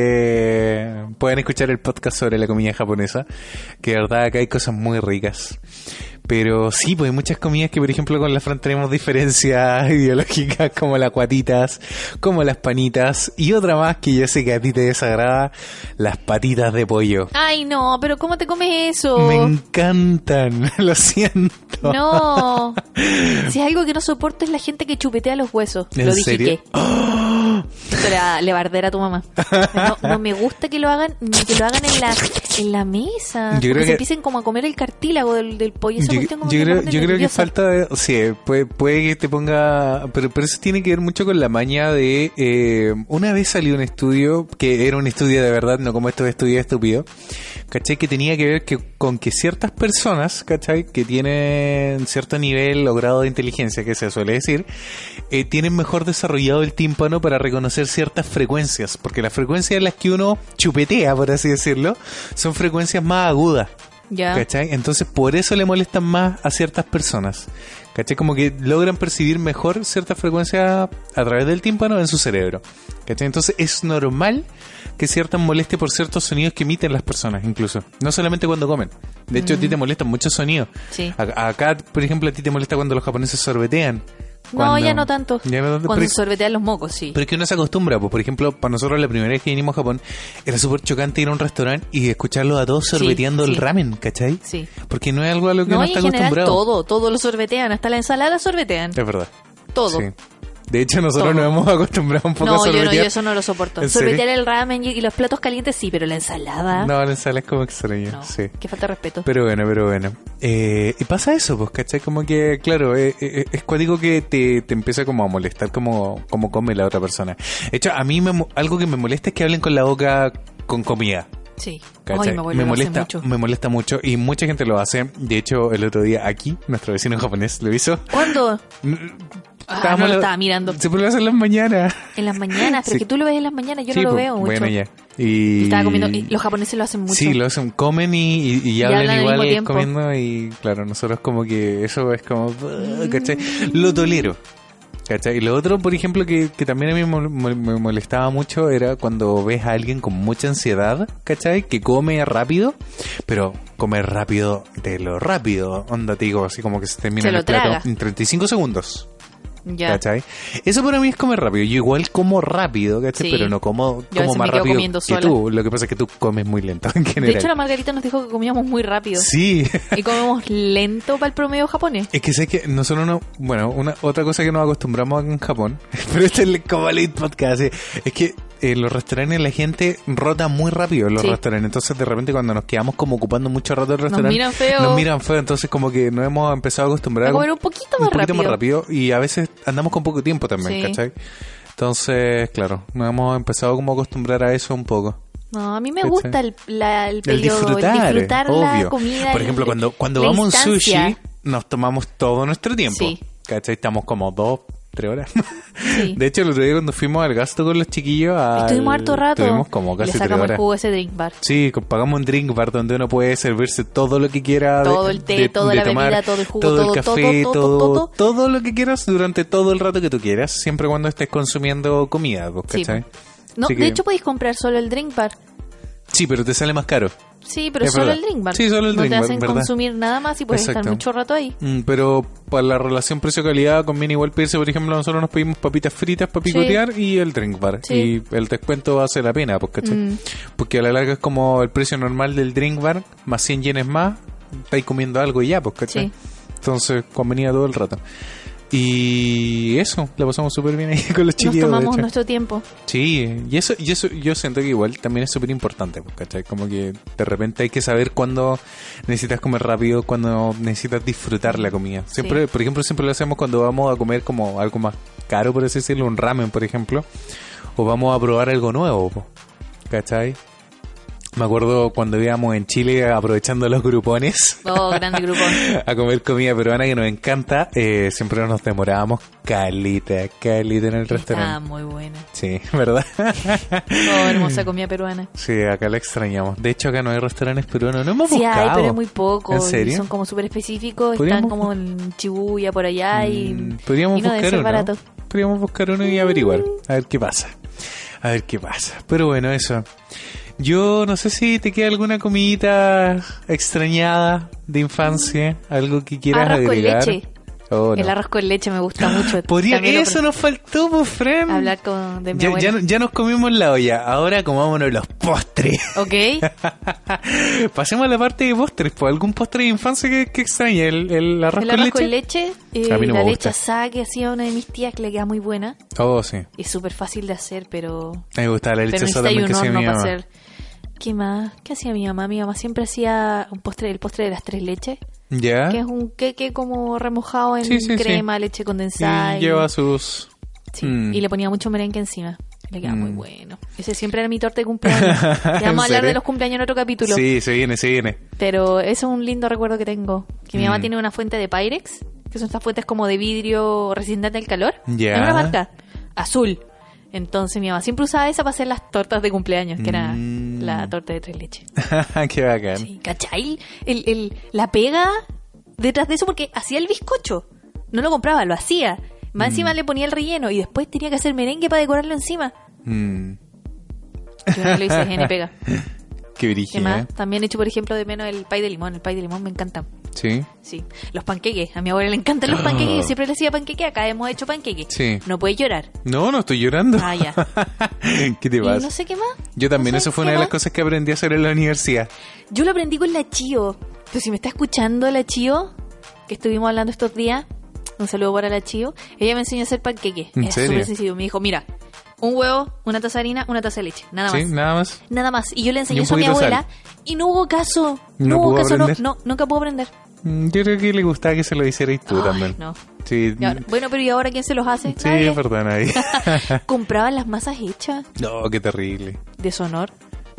de, puedan escuchar el podcast sobre la comida japonesa, que de verdad acá hay cosas muy ricas. Pero sí, pues hay muchas comidas que, por ejemplo, con la Fran tenemos diferencias ideológicas, como las guatitas, como las panitas, y otra más que yo sé que a ti te desagrada, las patitas de pollo. Ay, no, pero ¿cómo te comes eso? Me encantan, lo siento. No. Si es algo que no soporto es la gente que chupetea los huesos. ¿En Lo dije serio? ¡Oh! que. Esto era levardera a tu mamá. No, no me gusta que lo hagan, ni que lo hagan en la, en la mesa. Yo creo Porque que- se empiecen como a comer el cartílago del, del pollo. Esa Yo, cuestión como yo que me creo, pone yo creo que nerviosa. falta de, sí, puede, puede que te ponga, pero, pero eso tiene que ver mucho con la maña de, eh, una vez salió un estudio, que era un estudio de verdad, no como estos estudios estúpidos, ¿cachai? Que tenía que ver que, con que ciertas personas, ¿cachai? Que tienen cierto nivel o grado de inteligencia, que se suele decir, eh, tienen mejor desarrollado el tímpano para reconocer ciertas frecuencias, porque las frecuencias en las que uno chupetea, por así decirlo, son frecuencias más agudas. Ya. ¿Cachai? Entonces por eso le molestan más a ciertas personas. ¿Cachai? Como que logran percibir mejor ciertas frecuencias a través del tímpano en su cerebro. ¿Cachai? Entonces es normal que ciertas moleste por ciertos sonidos que emiten las personas, incluso. No solamente cuando comen. De hecho, a ti te molestan muchos sonidos. Sí. A- Acá, por ejemplo, a ti te molesta cuando los japoneses sorbetean. No, Cuando- ya no tanto. Ya no tanto, Cuando pero- se sorbetean los mocos, sí. pero es que uno se acostumbra, pues, por ejemplo, para nosotros la primera vez que vinimos a Japón era súper chocante ir a un restaurante y escucharlos a todos Sí, sorbeteando el sí. ramen, ¿cachai? Sí. Porque no es algo a lo que No, uno y está en general acostumbrado. todo, todo lo sorbetean. Hasta la ensalada sorbetean. Es verdad. Todo. Sí. De hecho, nosotros Todo. nos hemos acostumbrado un poco No, a yo sorbetear. no, yo eso no lo soporto. ¿En serio? Sorbetear el ramen y y los platos calientes sí, pero la ensalada... No, la ensalada es como extraño, no, sí. qué falta de respeto. Pero bueno, pero bueno. Eh, y pasa eso, pues, ¿cachai? Como que, claro, eh, eh, es cuático que te, te empieza como a molestar como, como come la otra persona. De hecho, a mí me, mo- algo que me molesta es que hablen con la boca con comida. Sí. ¿Cachai? Ay, me, vuelve, me lo hace molesta, mucho. me molesta mucho y mucha gente lo hace. De hecho, el otro día aquí, nuestro vecino japonés lo hizo. ¿Cuándo? Ah, no lo estaba mirando. Se puede hacer en las mañanas. En las mañanas, pero Sí. que tú lo ves en las mañanas, yo Sí, no lo pues, veo mucho. Bueno, ya. Y... Estaba comiendo, y los japoneses lo hacen mucho. Sí, lo hacen, comen y, y, y Y hablan hablan al igual mismo tiempo. comiendo y claro, nosotros como que eso es como, ¿cachai? Lo tolero. ¿Cachai? Y lo otro, por ejemplo, que, que también a mí me, me- me molestaba mucho era cuando ves a alguien con mucha ansiedad, ¿cachai? Que come rápido, pero come rápido de lo rápido. Onda, te digo, así como que se termina Se en lo el plato traga. en treinta y cinco segundos. Ya. ¿Cachai? Eso para mí es comer rápido. Yo igual como rápido, ¿cachai? Sí. Pero no como, Yo a como veces más me quedo rápido comiendo que sola. tú. Lo que pasa es que tú comes muy lento en general. De hecho, la Margarita nos dijo que comíamos muy rápido. Sí. Y comemos lento para el promedio japonés. Es que sé que nosotros no... Bueno, una otra cosa que nos acostumbramos en Japón, pero este es el como el podcast, eh, es que en los restaurantes la gente rota muy rápido en los Sí. restaurantes. Entonces, de repente, cuando nos quedamos como ocupando mucho rato el restaurante... miran feo. Nos miran feo. Entonces, como que nos hemos empezado a acostumbrar A comer un poquito un más poquito más rápido. rápido. Y a veces andamos con poco tiempo también, Sí. ¿cachai? Entonces, claro, nos hemos empezado como a acostumbrar a eso un poco. No, a mí me ¿Cachai? gusta el, la, el El periodo, disfrutar, el disfrutar la obvio. comida. Por ejemplo, el- cuando, cuando la vamos a un instancia. sushi, nos tomamos todo nuestro tiempo. Sí. ¿Cachai? Estamos como dos, tres horas. Sí. De hecho, el otro día cuando fuimos al gasto con los chiquillos... al- Estuvimos harto rato. Estuvimos como Le casi tres sacamos el horas. jugo a ese drink bar. Sí, co- pagamos un drink bar donde uno puede servirse todo lo que quiera. de- Todo el té, de- toda de la tomar, bebida, todo el jugo, todo el todo, café, todo, todo, todo, todo. todo lo que quieras durante todo el rato que tú quieras, siempre cuando estés consumiendo comida, pues, Sí, ¿cachai? No, Así de que- hecho podéis comprar solo el drink bar. Sí, pero te sale más caro. Sí, pero Es solo verdad. el drink bar. Sí, solo el no drink te bar, hacen ¿verdad? consumir nada más y puedes Exacto. estar mucho rato ahí. Mm, pero para la relación precio-calidad conviene igual pedirse, por ejemplo, nosotros nos pedimos papitas fritas para picotear y el drink bar. Sí. Y el descuento hace la pena, pues, ¿cachai? Mm. Porque a la larga es como el precio normal del drink bar, más cien yenes más, estáis comiendo algo y ya, pues, ¿cachai? Sí. Entonces, convenía todo el rato. Y eso, la pasamos súper bien ahí con los Nos chiquillos. de tomamos hecho. nuestro tiempo. Sí, y eso, y eso yo siento que igual también es súper importante, pues, ¿cachai? Como que de repente hay que saber cuándo necesitas comer rápido, cuándo necesitas disfrutar la comida. Siempre, por ejemplo, siempre lo hacemos cuando vamos a comer como algo más caro, por así decirlo, un ramen, por ejemplo, o vamos a probar algo nuevo, po, ¿cachai? Me acuerdo cuando íbamos en Chile aprovechando los grupones Oh, grande grupo. a comer comida peruana que nos encanta, eh, siempre nos demorábamos calita, calita en el Está restaurante. muy buena. Sí, ¿verdad? Oh, hermosa comida peruana. Sí, acá la extrañamos. De hecho, acá no hay restaurantes peruanos. No hemos Sí buscado. hay, pero es muy poco. ¿En serio? Y son como súper específicos. Están Podríamos- como en Chibuya por allá y, Mm, Podríamos y no debe buscar ser uno. barato. Podríamos buscar uno y averiguar. A ver qué pasa. A ver qué pasa. Pero bueno, eso. Yo no sé si te queda alguna comidita extrañada de infancia. Algo que quieras Arroz con agregar. leche. Oh, no. El arroz con leche me gusta mucho. Podría, También lo eso nos faltó, pues, Fran. hablar con de mi Ya, abuela. ya, ya nos comimos la olla. Ahora comámonos los postres. Ok. Pasemos a la parte de postres. ¿Pues algún postre de infancia que, que extraña? ¿El, el arroz, El con, arroz leche? con leche. eh, A mí no la me leche gusta. asada que hacía una de mis tías que le queda muy buena. Oh, sí. Es súper fácil de hacer, pero... A mí me gustaba la leche Pero asada necesita también que un hacía horno mi para mamá. hacer... ¿Qué más? ¿Qué hacía mi mamá? Mi mamá siempre hacía un postre, el postre de las tres leches. ¿Ya? Que es un queque como remojado en Sí, sí, crema, leche condensada. Y lleva sus... Sí, Mm. y le ponía mucho merengue encima. Le queda muy Mm. bueno. Ese siempre era mi torta de cumpleaños. Ya ¿En vamos a hablar serio? de los cumpleaños en otro capítulo. Sí, se viene, se viene. Pero eso es un lindo recuerdo que tengo. Que mi mamá Mm. tiene una fuente de Pyrex, que son estas fuentes como de vidrio resistente al calor. Ya. Es una marca azul. Entonces mi mamá siempre usaba esa para hacer las tortas de cumpleaños, que era Mm. la torta de tres leches. Qué bacán. Sí, ¿cachai? El, el, la pega detrás de eso porque hacía el bizcocho. No lo compraba, lo hacía. Más Mm. encima le ponía el relleno y después tenía que hacer merengue para decorarlo encima. Mm. Yo no lo hice, N pega. Qué ¿Qué virgen, más? ¿eh? También he hecho, por ejemplo, de menos el pay de limón. El pay de limón me encanta. Sí. Sí. Los panqueques. A mi abuela le encantan los panqueques. Yo siempre le hacía panqueque. Acá hemos hecho panqueques. Sí. No puede llorar. No, no estoy llorando. Ah, ya. ¿Qué te Y pasa? no sé qué más. Yo también, No sé eso fue qué una de las más. cosas que aprendí a hacer en la universidad. Yo lo aprendí con la Chío. Pero si me está escuchando la Chío, que estuvimos hablando estos días, un saludo para la Chío, ella me enseñó a hacer panqueque. ¿En Es serio? súper sencillo. Me dijo, mira, un huevo, una taza de harina, una taza de leche. Nada más. Sí, nada más. Nada más. Y yo le Y enseñé un eso a mi poquito de abuela y no hubo caso. No, ¿No hubo pudo caso. No, aprender? no, nunca puedo aprender. Mm, Yo creo que le gustaba que se lo hicierais tú Ay, también. no. Sí, Y ahora- bueno, pero ¿y ahora quién se los hace? sí, Nadie. es verdad, nadie. Compraban las masas hechas. No, qué terrible. Deshonor.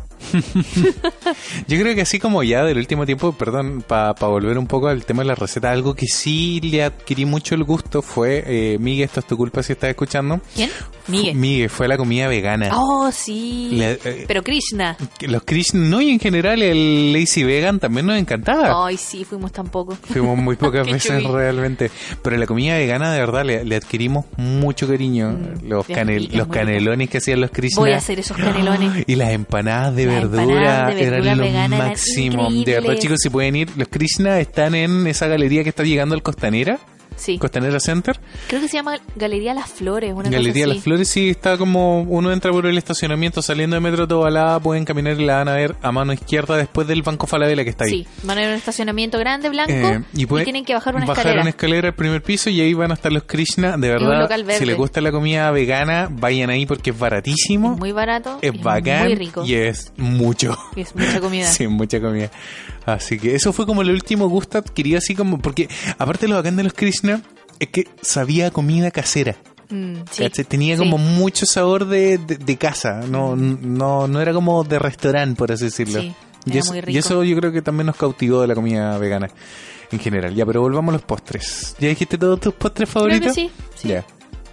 Yo creo que así como ya del último tiempo, perdón, para volver un poco al tema de la receta, algo que sí le adquirí mucho el gusto fue, eh, Migue, esto es tu culpa si estás escuchando. ¿Quién? Miguel. Migue, fue la comida vegana. Oh, sí. Le- eh, Pero Krishna. Los Krishna, no, y en general el Lazy Vegan también nos encantaba. Ay, sí, fuimos tampoco. Fuimos muy pocas Qué veces chubby. realmente. Pero la comida vegana, de verdad, le, le adquirimos mucho cariño. Mm, los es canel- rica, los muy rica. canelones que hacían los Krishna. Voy a hacer esos canelones. Y las empanadas de Las verdura, empanadas de verdura eran lo vegana eran máximo. De verdad, increíbles. chicos, si pueden ir, los Krishna están en esa galería que está llegando al Costanera. Sí. Costanera Center. Creo que se llama Galería Las Flores. Una Galería cosa Las así. Flores, sí, está como uno entra por el estacionamiento saliendo de Metro Tobalá, pueden caminar y la van a ver a mano izquierda después del Banco Falabella que está ahí. Sí, van a ir a un estacionamiento grande, blanco, Eh, y, puede- tienen que bajar una bajar escalera. una escalera al primer piso y ahí van a estar los Krishna. De un verdad, local verde. si les gusta la comida vegana, vayan ahí porque es baratísimo, Es muy barato, es y bacán muy rico. y es mucho. Y es mucha comida. Sí, mucha comida. Así que eso fue como el último gusto adquirido, así como, porque aparte lo bacán de los Krishna es que sabía a comida casera. Mm, sí, ¿Cachai? Tenía sí. como mucho sabor de, de, de casa, no, no, no era como de restaurante, por así decirlo. Sí, y, era eso, muy rico. y eso yo creo que también nos cautivó de la comida vegana en general. Ya, pero volvamos a los postres. ¿Ya dijiste todos tus postres Creo favoritos? que sí, sí. Ya.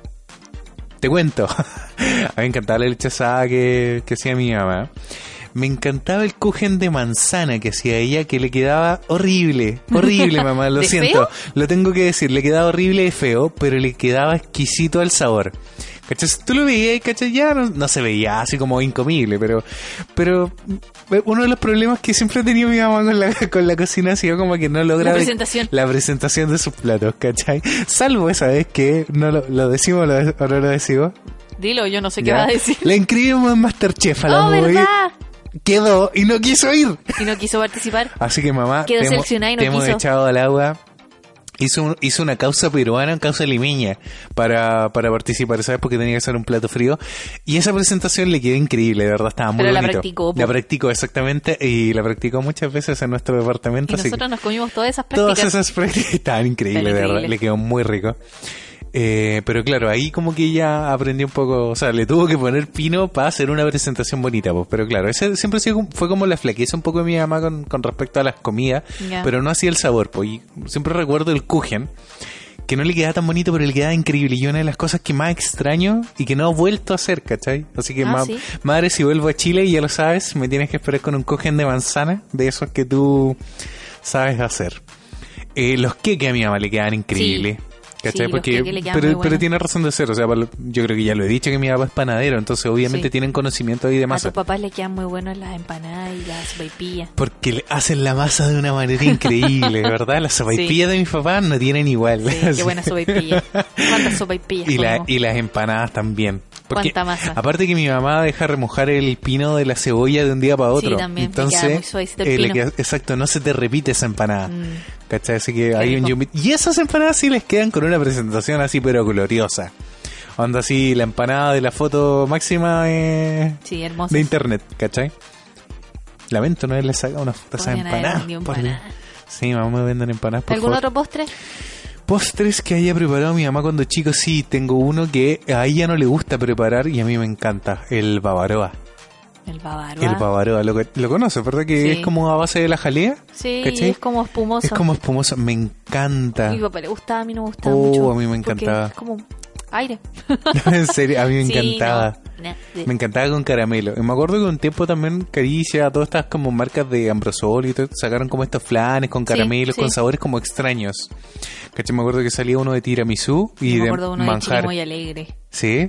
Te cuento. A mí me encantaba la leche asada que, que hacía mi mamá. Me encantaba el kuchen de manzana que hacía ella, que le quedaba horrible. Horrible, mamá, lo ¿De siento. feo? Lo tengo que decir, le quedaba horrible y feo, pero le quedaba exquisito al sabor. ¿Cachai? Si tú lo veías, ¿cachai? Ya no, no se veía así como incomible, pero pero uno de los problemas que siempre ha tenido mi mamá con la, con la cocina ha sido como que no logra... La presentación. La presentación de sus platos, ¿cachai? Salvo esa vez que no lo, lo decimos lo, o no lo decimos. Dilo, yo no sé qué ¿Ya? va a decir. La inscribimos en Masterchef a la ¡Oh, movie. verdad! Quedó y no quiso ir. Y no quiso participar. Así que mamá, Quedó te, hemos, seleccionada y no te hemos quiso. echado al agua. Hizo, un- hizo una causa peruana, causa limeña para, para participar, ¿sabes? Porque tenía que hacer un plato frío. Y esa presentación le quedó increíble, de verdad, estaba muy Pero la bonito. practicó, po. La practicó, exactamente, y la practicó muchas veces en nuestro departamento. Y así que nosotros nos comimos todas esas prácticas. todas esas prácticas estaban increíbles, Están de verdad, increíbles. le quedó muy rico. Eh, pero claro, ahí como que ella aprendió un poco, o sea, le tuvo que poner pino para hacer una presentación bonita, pues. Pero claro, ese siempre ha sido como- fue como la flaqueza un poco de mi mamá con, con respecto a las comidas, Ya. pero no hacía el sabor, pues. Y siempre recuerdo el kuchen, que no le quedaba tan bonito, pero le quedaba increíble. Y una de las cosas que más extraño y que no he vuelto a hacer, ¿cachai? Así que, Ah, ma- ¿sí? madre, si vuelvo a Chile, y ya lo sabes, me tienes que esperar con un kuchen de manzana, de esos que tú sabes hacer. Eh, los queques a mi mamá le quedaban increíbles. ¿Cachai? Sí, los Porque, queques le quedan pero, muy pero buenos. tiene razón de ser, o sea, para lo- yo creo que ya lo he dicho que mi papá es panadero, entonces obviamente Sí. tienen conocimiento ahí de A masa. tus papás le quedan muy buenas las empanadas y las sopaipillas. Porque le hacen la masa de una manera increíble, ¿verdad? Las sopaipillas de mis papás no tienen igual. Sí, qué buena sopaipilla. ¿Cuántas sopaipillas Y, la, comemos? y las empanadas también. Porque ¿Cuánta masa? aparte que mi mamá deja remojar el pino de la cebolla de un día para otro. Sí, también, le queda Entonces, muy suavecito el eh, le pino. queda- exacto, no se te repite esa empanada. Mm. ¿Cachai? Así que Qué hay un rico. yumbi- Y esas empanadas sí les quedan con una presentación así, pero gloriosa. Onda así, la empanada de la foto máxima eh, Sí, hermoso. de internet, ¿cachai? Lamento no haberle sacado una foto a esas Podrían haber empanadas. vendido por empanadas. Dios. Sí, mamá, me venden empanadas, por ¿Algún favor. otro postre? Postres que haya preparado mi mamá cuando chico, sí, tengo uno que a ella no le gusta preparar y a mí me encanta, el bavaroa. El bavaroa. El bavaroa, lo, lo conoces, ¿verdad? Que Sí. es como a base de la jalea. Sí, ¿cachai? es como espumoso. Es como espumoso, me encanta. A mi papá le gustaba, a mí no me gustaba Oh, mucho. a mí me porque encantaba. Es como aire. En serio, a mí me Sí, encantaba. no, no, de- Me encantaba con caramelo. Y me acuerdo que un tiempo también Caricia, todas estas como marcas de Ambrosoli y todo, sacaron como estos flanes con Sí, caramelos, sí. con sabores como extraños. ¿Cachai? Me acuerdo que salía uno de tiramisú y Yo me de acuerdo de uno de manjar. chirimoya alegre. ¿Sí?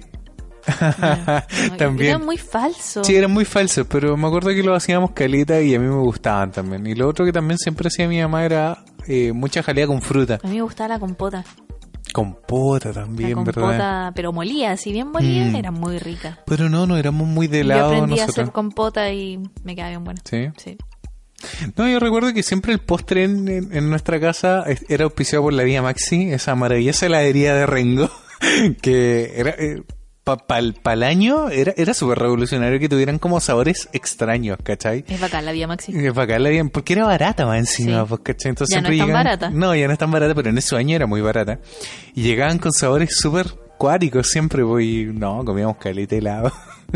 No, También. Era muy falso. Sí, eran muy falsos, pero me acuerdo que lo hacíamos caleta y a mí me gustaban también. Y lo otro que también siempre hacía mi mamá era eh, mucha jalea con fruta. A mí me gustaba la compota. Compota La también, compota, ¿verdad? pero molía, si bien molía, Mm. era muy rica. Pero no, no éramos muy de Y yo lado aprendí a nosotros. hacer compota y me quedaba bien buena. ¿Sí? Sí. No, yo recuerdo que siempre el postre en, en, en nuestra casa era auspiciado por la Vía Maxi, esa maravillosa heladería de Rengo, que era... Eh, Para pa, pa el año era, era súper revolucionario que tuvieran como sabores extraños, ¿cachai? Es bacán la Vía Maxi. Es bacán la Vía, porque era barata más encima, Sí. pues, ¿cachai? Entonces Ya no siempre es tan llegaban- barata. No, ya no es tan barata, pero en ese año era muy barata. Y llegaban con sabores súper cuáticos siempre, pues, y no, comíamos caleta de helado.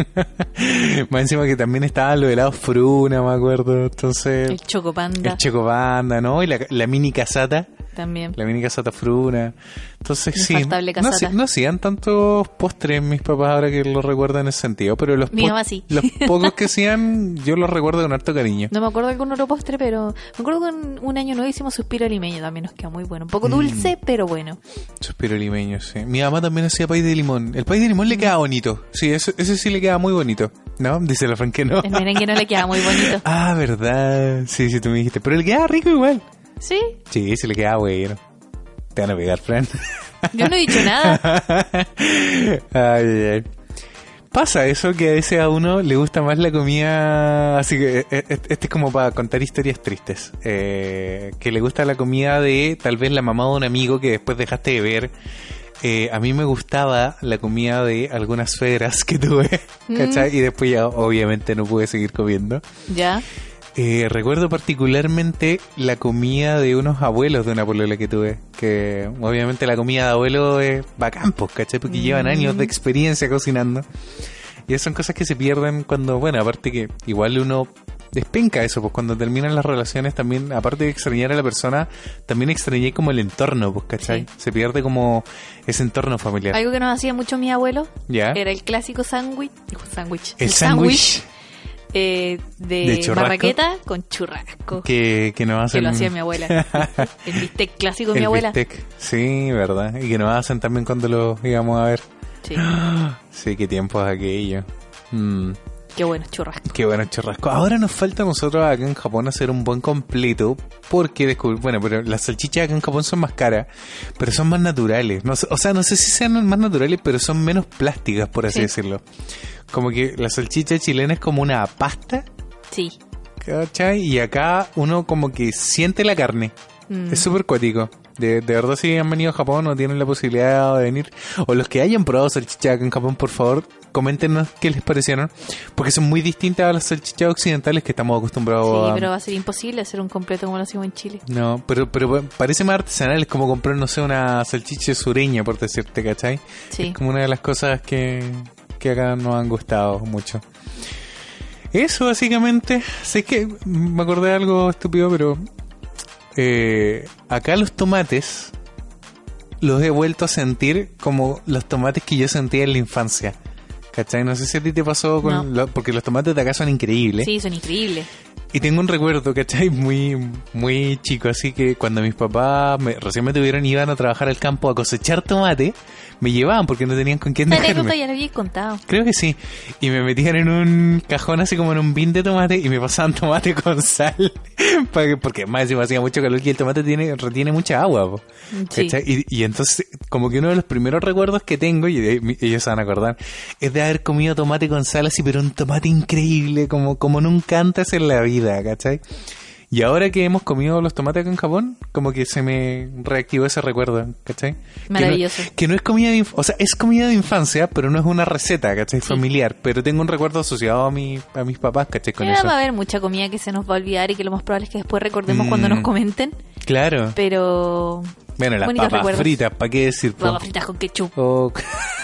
Más encima que también estaban los helados Fruna, me acuerdo. Entonces, El Chocopanda el Chocobanda, ¿no? Y la, la mini casata. también. La mini casata Fruna. Entonces, sí. Infaltable No, casata. hacían- no hacían tantos postres mis papás ahora que lo recuerdo en ese sentido, pero los, Mi po- mamá sí. los pocos que hacían, yo los recuerdo con harto cariño. No me acuerdo de algún otro postre, pero me acuerdo que en un año nuevo hicimos suspiro limeño, también nos queda muy bueno. Un poco Mm. dulce, pero bueno. Suspiro limeño, sí. Mi mamá también hacía pay de limón. El pay de limón le queda bonito. Sí, ese, ese sí le queda muy bonito. ¿No? Dice la Fran que no. El merengue no le queda muy bonito. Ah, verdad. Sí, sí, tú me dijiste. Pero le queda rico igual. ¿Sí? Sí, sí le queda bueno. Te van a pegar, Fran. Yo no he dicho nada. Ay, ay, ay. Pasa eso que a veces a uno le gusta más la comida, así que eh, eh, este es como para contar historias tristes, eh, que le gusta la comida de tal vez la mamá de un amigo que después dejaste de ver. Eh, a mí me gustaba la comida de algunas suegras que tuve, ¿cachai? Y después ya obviamente no pude seguir comiendo. Ya. Eh, recuerdo particularmente la comida de unos abuelos de una polola que tuve, que obviamente la comida de abuelo es bacán, pues, ¿cachai? Porque Mm. llevan años de experiencia cocinando. Y esas son cosas que se pierden cuando, bueno, aparte que igual uno despenca eso, pues cuando terminan las relaciones también, aparte de extrañar a la persona, también extrañé como el entorno, pues, ¿cachai? Sí. Se pierde como ese entorno familiar. Algo que nos hacía mucho mi abuelo ¿Ya? era el clásico sándwich. Dijo sándwich. El sándwich eh, de, ¿De churrasco? barraqueta con churrasco. que, que nos Que hacen... lo hacía mi abuela. El bistec clásico de mi el abuela. bistec, sí, verdad. Y que nos hacen también cuando lo íbamos a ver. Sí. Sí, qué tiempos aquello. Mm, Qué bueno, churrasco. qué bueno churrasco. Ahora nos falta a nosotros acá en Japón hacer un buen completo porque descubrí, bueno, pero las salchichas acá en Japón son más caras, pero son más naturales. No sé- o sea, no sé si sean más naturales, pero son menos plásticas, por así Sí. decirlo. Como que la salchicha chilena es como una pasta, Sí. ¿cachai? Y acá uno como que siente la carne. Mm. Es súper cuático. De, de verdad, si han venido a Japón o tienen la posibilidad de venir, o los que hayan probado salchichas acá en Japón, por favor, coméntenos qué les parecieron, porque son muy distintas a las salchichas occidentales que estamos acostumbrados Sí, a... pero va a ser imposible hacer un completo como lo hacemos en Chile. No, pero, pero parece más artesanal, es como comprar, no sé, una salchicha sureña, por decirte, ¿cachai? Sí. Es como una de las cosas que, que acá nos han gustado mucho. Eso, básicamente. Sé que me acordé de algo estúpido, pero... Eh, acá los tomates los he vuelto a sentir como los tomates que yo sentía en la infancia. ¿Cachai? No sé si a ti te pasó con... No. lo- porque los tomates de acá son increíbles. Sí, son increíbles. Y tengo un recuerdo, ¿cachai? Muy, muy chico, así que cuando mis papás me, recién me tuvieron iban a trabajar al campo a cosechar tomate, me llevaban porque no tenían con quién Esta anécdota dejarme. ya lo había contado. Creo que sí. Y me metían en un cajón así como en un bin de tomate y me pasaban tomate con sal. Para que- porque más encima hacía mucho calor y el tomate tiene, retiene mucha agua, po. Sí. ¿Cachai? Y, y entonces, como que uno de los primeros recuerdos que tengo, y de- mi- ellos se van a acordar, es de haber comido tomate con sal así, pero un tomate increíble, como, como nunca antes en la vida, ¿cachai? Y ahora que hemos comido los tomates acá en Japón, como que se me reactivó ese recuerdo, ¿cachai? Maravilloso. Que no, que no es comida de infancia, o sea, es comida de infancia, pero no es una receta, ¿cachai? Sí. Familiar, pero tengo un recuerdo asociado a, mi, a mis papás, ¿cachai? Con Ya eso. va a haber mucha comida que se nos va a olvidar y que lo más probable es que después recordemos Mm. cuando nos comenten. Claro. Pero... Bueno, las bonitos papas recuerdos. fritas, ¿para qué decir? po? Papas fritas con ketchup. Oh.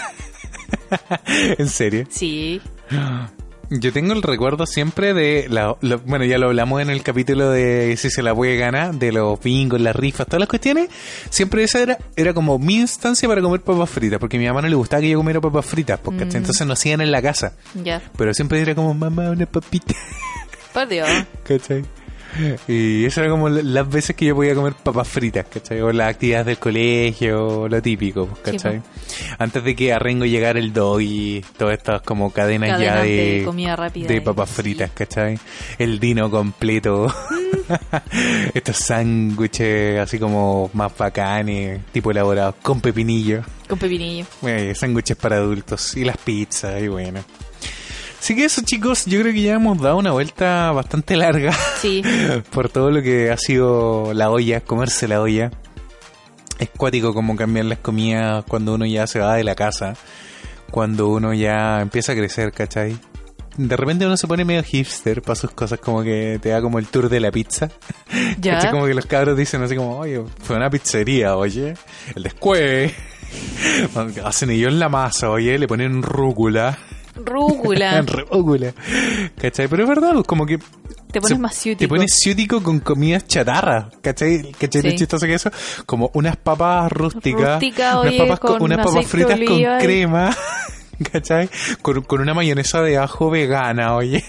¿En serio? Sí. Yo tengo el recuerdo siempre de la, lo- bueno, ya lo hablamos en el capítulo de si se la puede ganar, de los bingos, las rifas, todas las cuestiones. Siempre esa era, era como mi instancia para comer papas fritas, porque a mi mamá no le gustaba que yo comiera papas fritas, porque Mm. entonces no hacían en la casa. Ya. Pero siempre era como, mamá, una papita. Por Dios. ¿Cachai? Y eso era como la- las veces que yo podía comer papas fritas, ¿cachai? O las actividades del colegio, lo típico, pues, ¿cachai? Antes de que a Rengo llegara el doggy, todas estas como cadenas, Cadenas ya de de, comida rápida de y- papas fritas, ¿cachai? El dino completo. Estos sándwiches así como más bacanes, tipo elaborados, con pepinillo. Con pepinillo. Eh, sándwiches para adultos y las pizzas, y bueno. Así que eso, chicos, yo creo que ya hemos dado una vuelta bastante larga. Sí. Por todo lo que ha sido la olla, comerse la olla. Es cuático como cambian las comidas cuando uno ya se va de la casa. Cuando uno ya empieza a crecer, ¿cachai? De repente uno se pone medio hipster para sus cosas, como que te da como el tour de la pizza. Ya. ¿Cachai? Como que los cabros dicen así como, oye, fue una pizzería, oye. El descueve. Hacen ellos la masa, oye, le ponen rúcula. Rúcula. Rúcula. ¿Cachai? Pero es verdad, como que... Te pones se, más ciútico. Te pones ciútico con comidas chatarra, ¿cachai? ¿Cachai? Sí. Lo chistoso que eso. Como unas papas rústicas. Rústica, unas oye, papas, con unas papas aceite fritas de con oliva y- crema. ¿Cachai? Con, con una mayonesa de ajo vegana, oye.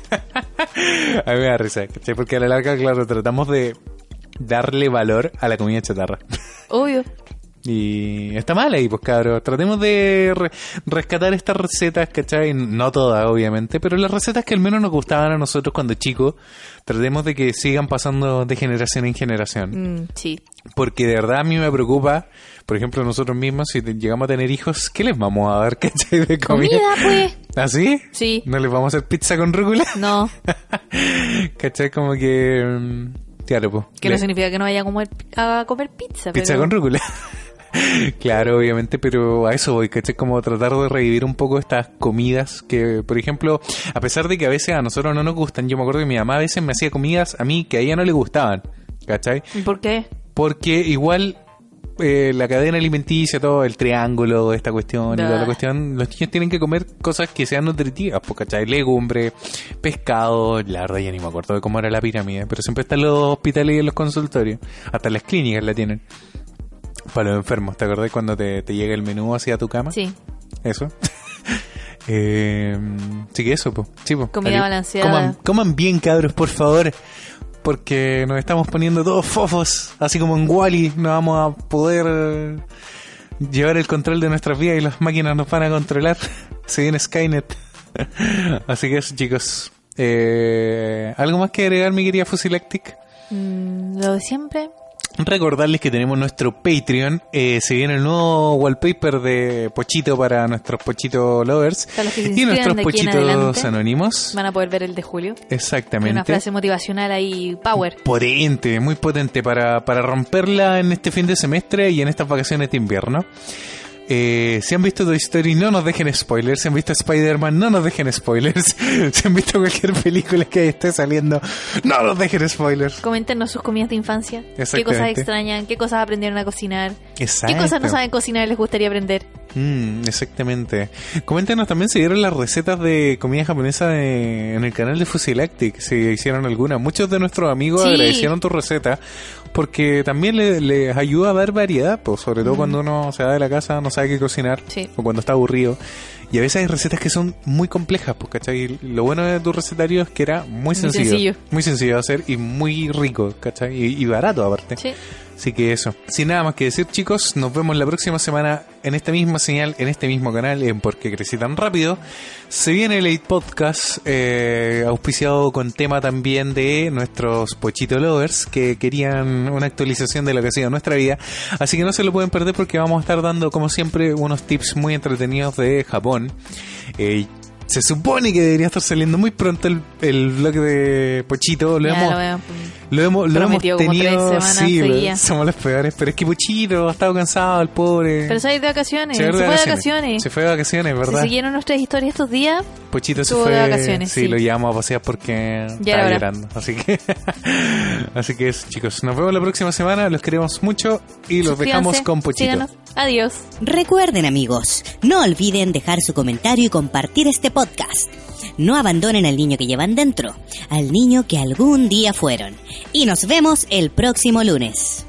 A mí me da risa, ¿cachai? Porque a la larga, claro, tratamos de darle valor a la comida chatarra. Obvio. Y está mal ahí, pues cabros. Tratemos de re- rescatar estas recetas, ¿cachai? No todas, obviamente, pero las recetas que al menos nos gustaban a nosotros cuando chicos, tratemos de que sigan pasando de generación en generación. Mm, sí. Porque de verdad a mí me preocupa, por ejemplo, nosotros mismos, si te- llegamos a tener hijos, ¿qué les vamos a dar, cachai, de comida? Comida, pues. ¿Ah, sí? Sí. ¿No les vamos a hacer pizza con rúcula? No. ¿Cachai? Como que... mm, claro, pues. Que no le- significa que no vaya a comer, a comer pizza. Pizza pero... con rúcula. Claro, obviamente, pero a eso voy, ¿cachai? Como tratar de revivir un poco estas comidas que, por ejemplo, a pesar de que a veces a nosotros no nos gustan, yo me acuerdo que mi mamá a veces me hacía comidas a mí que a ella no le gustaban, ¿cachai? ¿Y por qué? Porque igual eh, la cadena alimenticia, todo el triángulo, esta cuestión y toda la Bah. cuestión, los niños tienen que comer cosas que sean nutritivas, pues, ¿cachai? Legumbre, pescado, la verdad ya ni me acuerdo de cómo era la pirámide, pero siempre están los hospitales y en los consultorios, hasta las clínicas la tienen. Para los enfermos, ¿te acordás cuando te, te llega el menú hacia tu cama? Sí. Eso. eh, sí que eso, pues. Sí, po. Comida Ali- balanceada. Coman, coman bien, cabros, por favor. Porque nos estamos poniendo todos fofos. Así como en Wall-E no vamos a poder eh, llevar el control de nuestras vidas y las máquinas nos van a controlar. Se viene Skynet. Así que eso, chicos. Eh, ¿Algo más que agregar, mi querida Fusilactic? Mm, lo de siempre. Recordarles que tenemos nuestro Patreon. Eh, se viene el nuevo wallpaper de Pochito para nuestros Pochito lovers Para los que se y inscriban nuestros de aquí en Pochitos adelante. anónimos. Van a poder ver el de Julio. Tiene Exactamente. una frase motivacional ahí, power. Potente, muy potente para, para romperla en este fin de semestre y en estas vacaciones de invierno. Eh, si han visto Toy Story, no nos dejen spoilers. Si han visto Spider-Man, no nos dejen spoilers. Si han visto cualquier película que esté saliendo, no nos dejen spoilers. Coméntenos sus comidas de infancia. ¿Qué cosas Exactamente. extrañan? ¿Qué cosas aprendieron a cocinar? Exacto. ¿Qué cosas no saben cocinar y les gustaría aprender? Mm, exactamente. Coméntenos también si vieron las recetas de comida japonesa de- en el canal de Fusilactic, si hicieron alguna. Muchos de nuestros amigos Sí. agradecieron tu receta porque también le- les ayuda a dar variedad, pues, sobre todo Mm. cuando uno se va de la casa, no sabe qué cocinar Sí. o cuando está aburrido. Y a veces hay recetas que son muy complejas, pues, ¿cachai? Y lo bueno de tu recetario es que era muy Muy sencillo. sencillo. Muy sencillo de hacer y muy rico, ¿cachai? Y, y barato aparte. Sí. Así que eso. Sin nada más que decir, chicos, nos vemos la próxima semana en esta misma señal, en este mismo canal, en Por qué crecí tan rápido. Se viene el Late Podcast, eh, auspiciado con tema también de nuestros Pochito Lovers, que querían una actualización de lo que ha sido nuestra vida. Así que no se lo pueden perder porque vamos a estar dando, como siempre, unos tips muy entretenidos de Japón. Eh, se supone que debería estar saliendo muy pronto el, el blog de Pochito. Lo Ya hemos... lo veo. Lo hemos, lo hemos Prometió como tenido, tres semanas sí, seguidas. somos los peores, pero es que Puchito ha estado cansado, el pobre. Pero se ha ido de vacaciones. Se Se, fue fue de de vacaciones. vacaciones. Se fue de vacaciones, Si ¿verdad? siguieron nuestras historias estos días, Puchito se estuvo fue de vacaciones, sí, sí. lo llevamos a pasear porque Ya estaba era hora. llorando. Así que, así que eso, chicos. Nos vemos la próxima semana, los queremos mucho y los dejamos suscríbanse, con Puchito. síganos. Adiós. Recuerden, amigos, no olviden dejar su comentario y compartir este podcast. No abandonen al niño que llevan dentro, al niño que algún día fueron. Y nos vemos el próximo lunes.